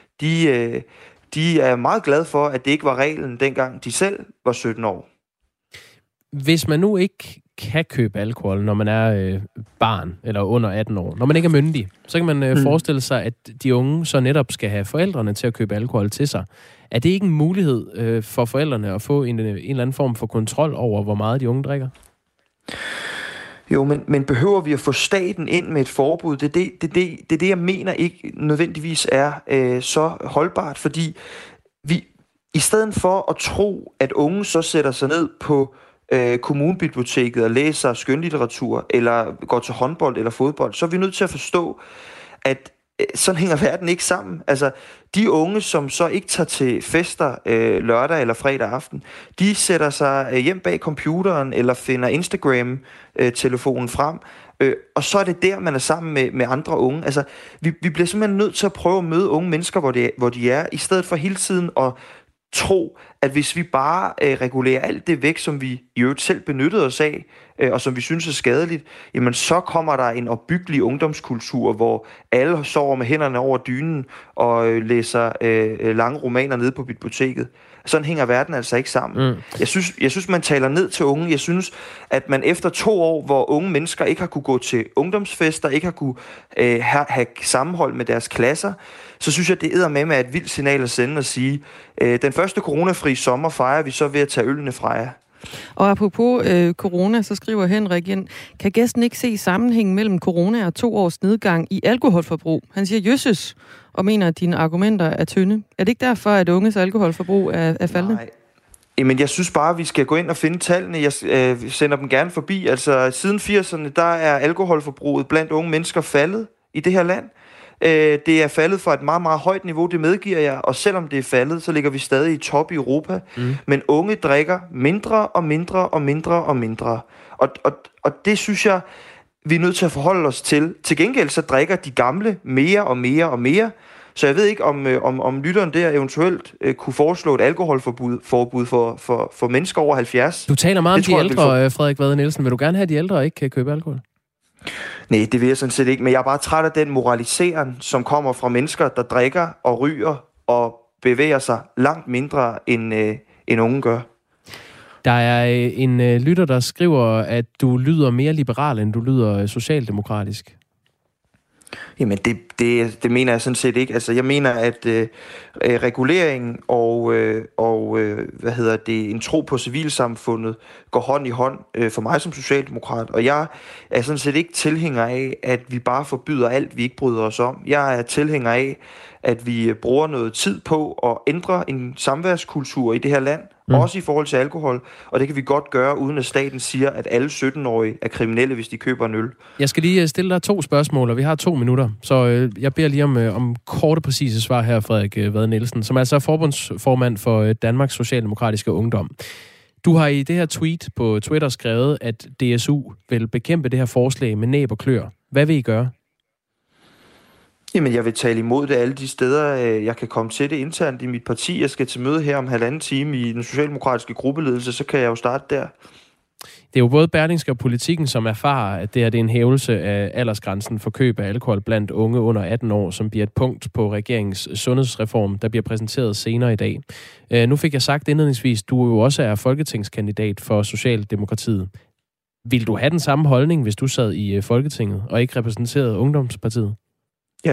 de er meget glade for, at det ikke var reglen, dengang de selv var 17 år. Hvis man nu ikke kan købe alkohol, når man er barn eller under 18 år, når man ikke er myndig, så kan man forestille sig, at de unge så netop skal have forældrene til at købe alkohol til sig. Er det ikke en mulighed for forældrene at få en eller anden form for kontrol over, hvor meget de unge drikker? Jo, men behøver vi at få staten ind med et forbud? Det er det, jeg mener ikke nødvendigvis er så holdbart, fordi vi i stedet for at tro, at unge så sætter sig ned på kommunebiblioteket og læser skønlitteratur, eller går til håndbold eller fodbold, så er vi nødt til at forstå, at sådan hænger verden ikke sammen. Altså, de unge, som så ikke tager til fester lørdag eller fredag aften, de sætter sig hjem bag computeren eller finder Instagram-telefonen frem, og så er det der, man er sammen med andre unge. Altså, vi bliver simpelthen nødt til at prøve at møde unge mennesker, hvor de er, i stedet for hele tiden at tro, at hvis vi bare regulerer alt det væk, som vi i øvrigt selv benyttede os af, og som vi synes er skadeligt, jamen så kommer der en opbyggelig ungdomskultur, hvor alle sover med hænderne over dynen og læser lange romaner nede på biblioteket. Sådan hænger verden altså ikke sammen. Jeg synes, man taler ned til unge. Jeg synes, at man efter 2 år, hvor unge mennesker ikke har kunne gå til ungdomsfester, ikke har kunne have sammenhold med deres klasser, så synes jeg, det eddermame er et vildt signal at sende og sige, den første coronafri sommer fejrer vi så ved at tage ølene fra jer. Og apropos corona, så skriver Henrik ind, kan gæsten ikke se sammenhængen mellem corona og 2 års nedgang i alkoholforbrug? Han siger jøsses, og mener, at dine argumenter er tynde. Er det ikke derfor, at unges alkoholforbrug er faldende? Nej. Jamen, jeg synes bare, at vi skal gå ind og finde tallene. Jeg sender dem gerne forbi. Altså, siden 80'erne, der er alkoholforbruget blandt unge mennesker faldet i det her land. Det er faldet fra et meget, meget højt niveau, det medgiver jeg, og selvom det er faldet, så ligger vi stadig i top i Europa. Men unge drikker mindre og mindre og mindre og mindre. Og det synes jeg, vi er nødt til at forholde os til. Til gengæld så drikker de gamle mere og mere og mere. Så jeg ved ikke, om lytteren der eventuelt kunne foreslå et alkoholforbud for mennesker over 70. Du taler meget om de ældre, Frederik Vad Nielsen. Vil du gerne have, at de ældre ikke kan købe alkohol? Nej, det vil jeg sådan set ikke, men jeg er bare træt af den moralisering, som kommer fra mennesker, der drikker og ryger og bevæger sig langt mindre, end unge gør. Der er en lytter, der skriver, at du lyder mere liberal, end du lyder socialdemokratisk. Jamen, det mener jeg sådan set ikke. Altså, jeg mener, at regulering og en tro på civilsamfundet går hånd i hånd for mig som socialdemokrat. Og jeg er sådan set ikke tilhænger af, at vi bare forbyder alt, vi ikke bryder os om. Jeg er tilhænger af, at vi bruger noget tid på at ændre en samværskultur i det her land, også i forhold til alkohol, og det kan vi godt gøre, uden at staten siger, at alle 17-årige er kriminelle, hvis de køber en øl. Jeg skal lige stille dig 2 spørgsmål, og vi har 2 minutter, så jeg beder lige om korte, præcise svar her, Frederik Vad Nielsen, som altså er forbundsformand for Danmarks Socialdemokratiske Ungdom. Du har i det her tweet på Twitter skrevet, at DSU vil bekæmpe det her forslag med næb og klør. Hvad vil I gøre? Jamen, jeg vil tale imod det alle de steder, jeg kan komme til det internt i mit parti. Jeg skal til møde her om 1,5 time i den socialdemokratiske gruppeledelse, så kan jeg jo starte der. Det er jo både Berlingske og Politikken, som erfarer, at det er en hævelse af aldersgrænsen for køb af alkohol blandt unge under 18 år, som bliver et punkt på regeringens sundhedsreform, der bliver præsenteret senere i dag. Nu fik jeg sagt indledningsvis, du jo også er folketingskandidat for Socialdemokratiet. Vil du have den samme holdning, hvis du sad i Folketinget og ikke repræsenterede Ungdomspartiet? Ja.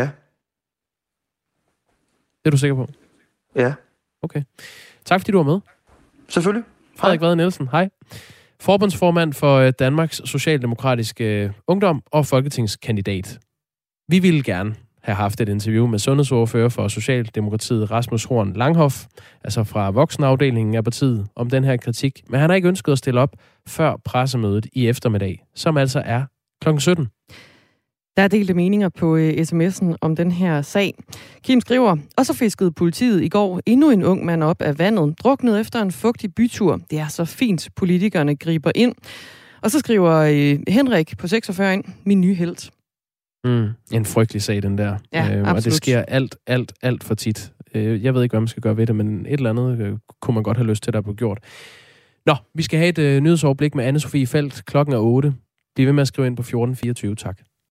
Det er du sikker på? Ja. Okay. Tak fordi du var med. Selvfølgelig. Frederik Vad Nielsen, hej. Forbundsformand for Danmarks Socialdemokratiske Ungdom og folketingskandidat. Vi ville gerne have haft et interview med sundhedsordfører for Socialdemokratiet Rasmus Horn Langhoff, altså fra voksenafdelingen af partiet, om den her kritik. Men han har ikke ønsket at stille op før pressemødet i eftermiddag, som altså er kl. 17. Der er delte meninger på sms'en om den her sag. Kim skriver, og så fiskede politiet i går endnu en ung mand op af vandet, druknet efter en fugtig bytur. Det er så fint, politikerne griber ind. Og så skriver Henrik på 46 ind, min nye helt. En frygtelig sag, den der. Ja, og det sker alt for tit. Jeg ved ikke, hvad man skal gøre ved det, men et eller andet kunne man godt have lyst til, der blev gjort. Nå, vi skal have et nyhedsoverblik med Anne-Sophie Felt. Klokken er 8. Bliv ved med at skrive ind på 1424. Tak.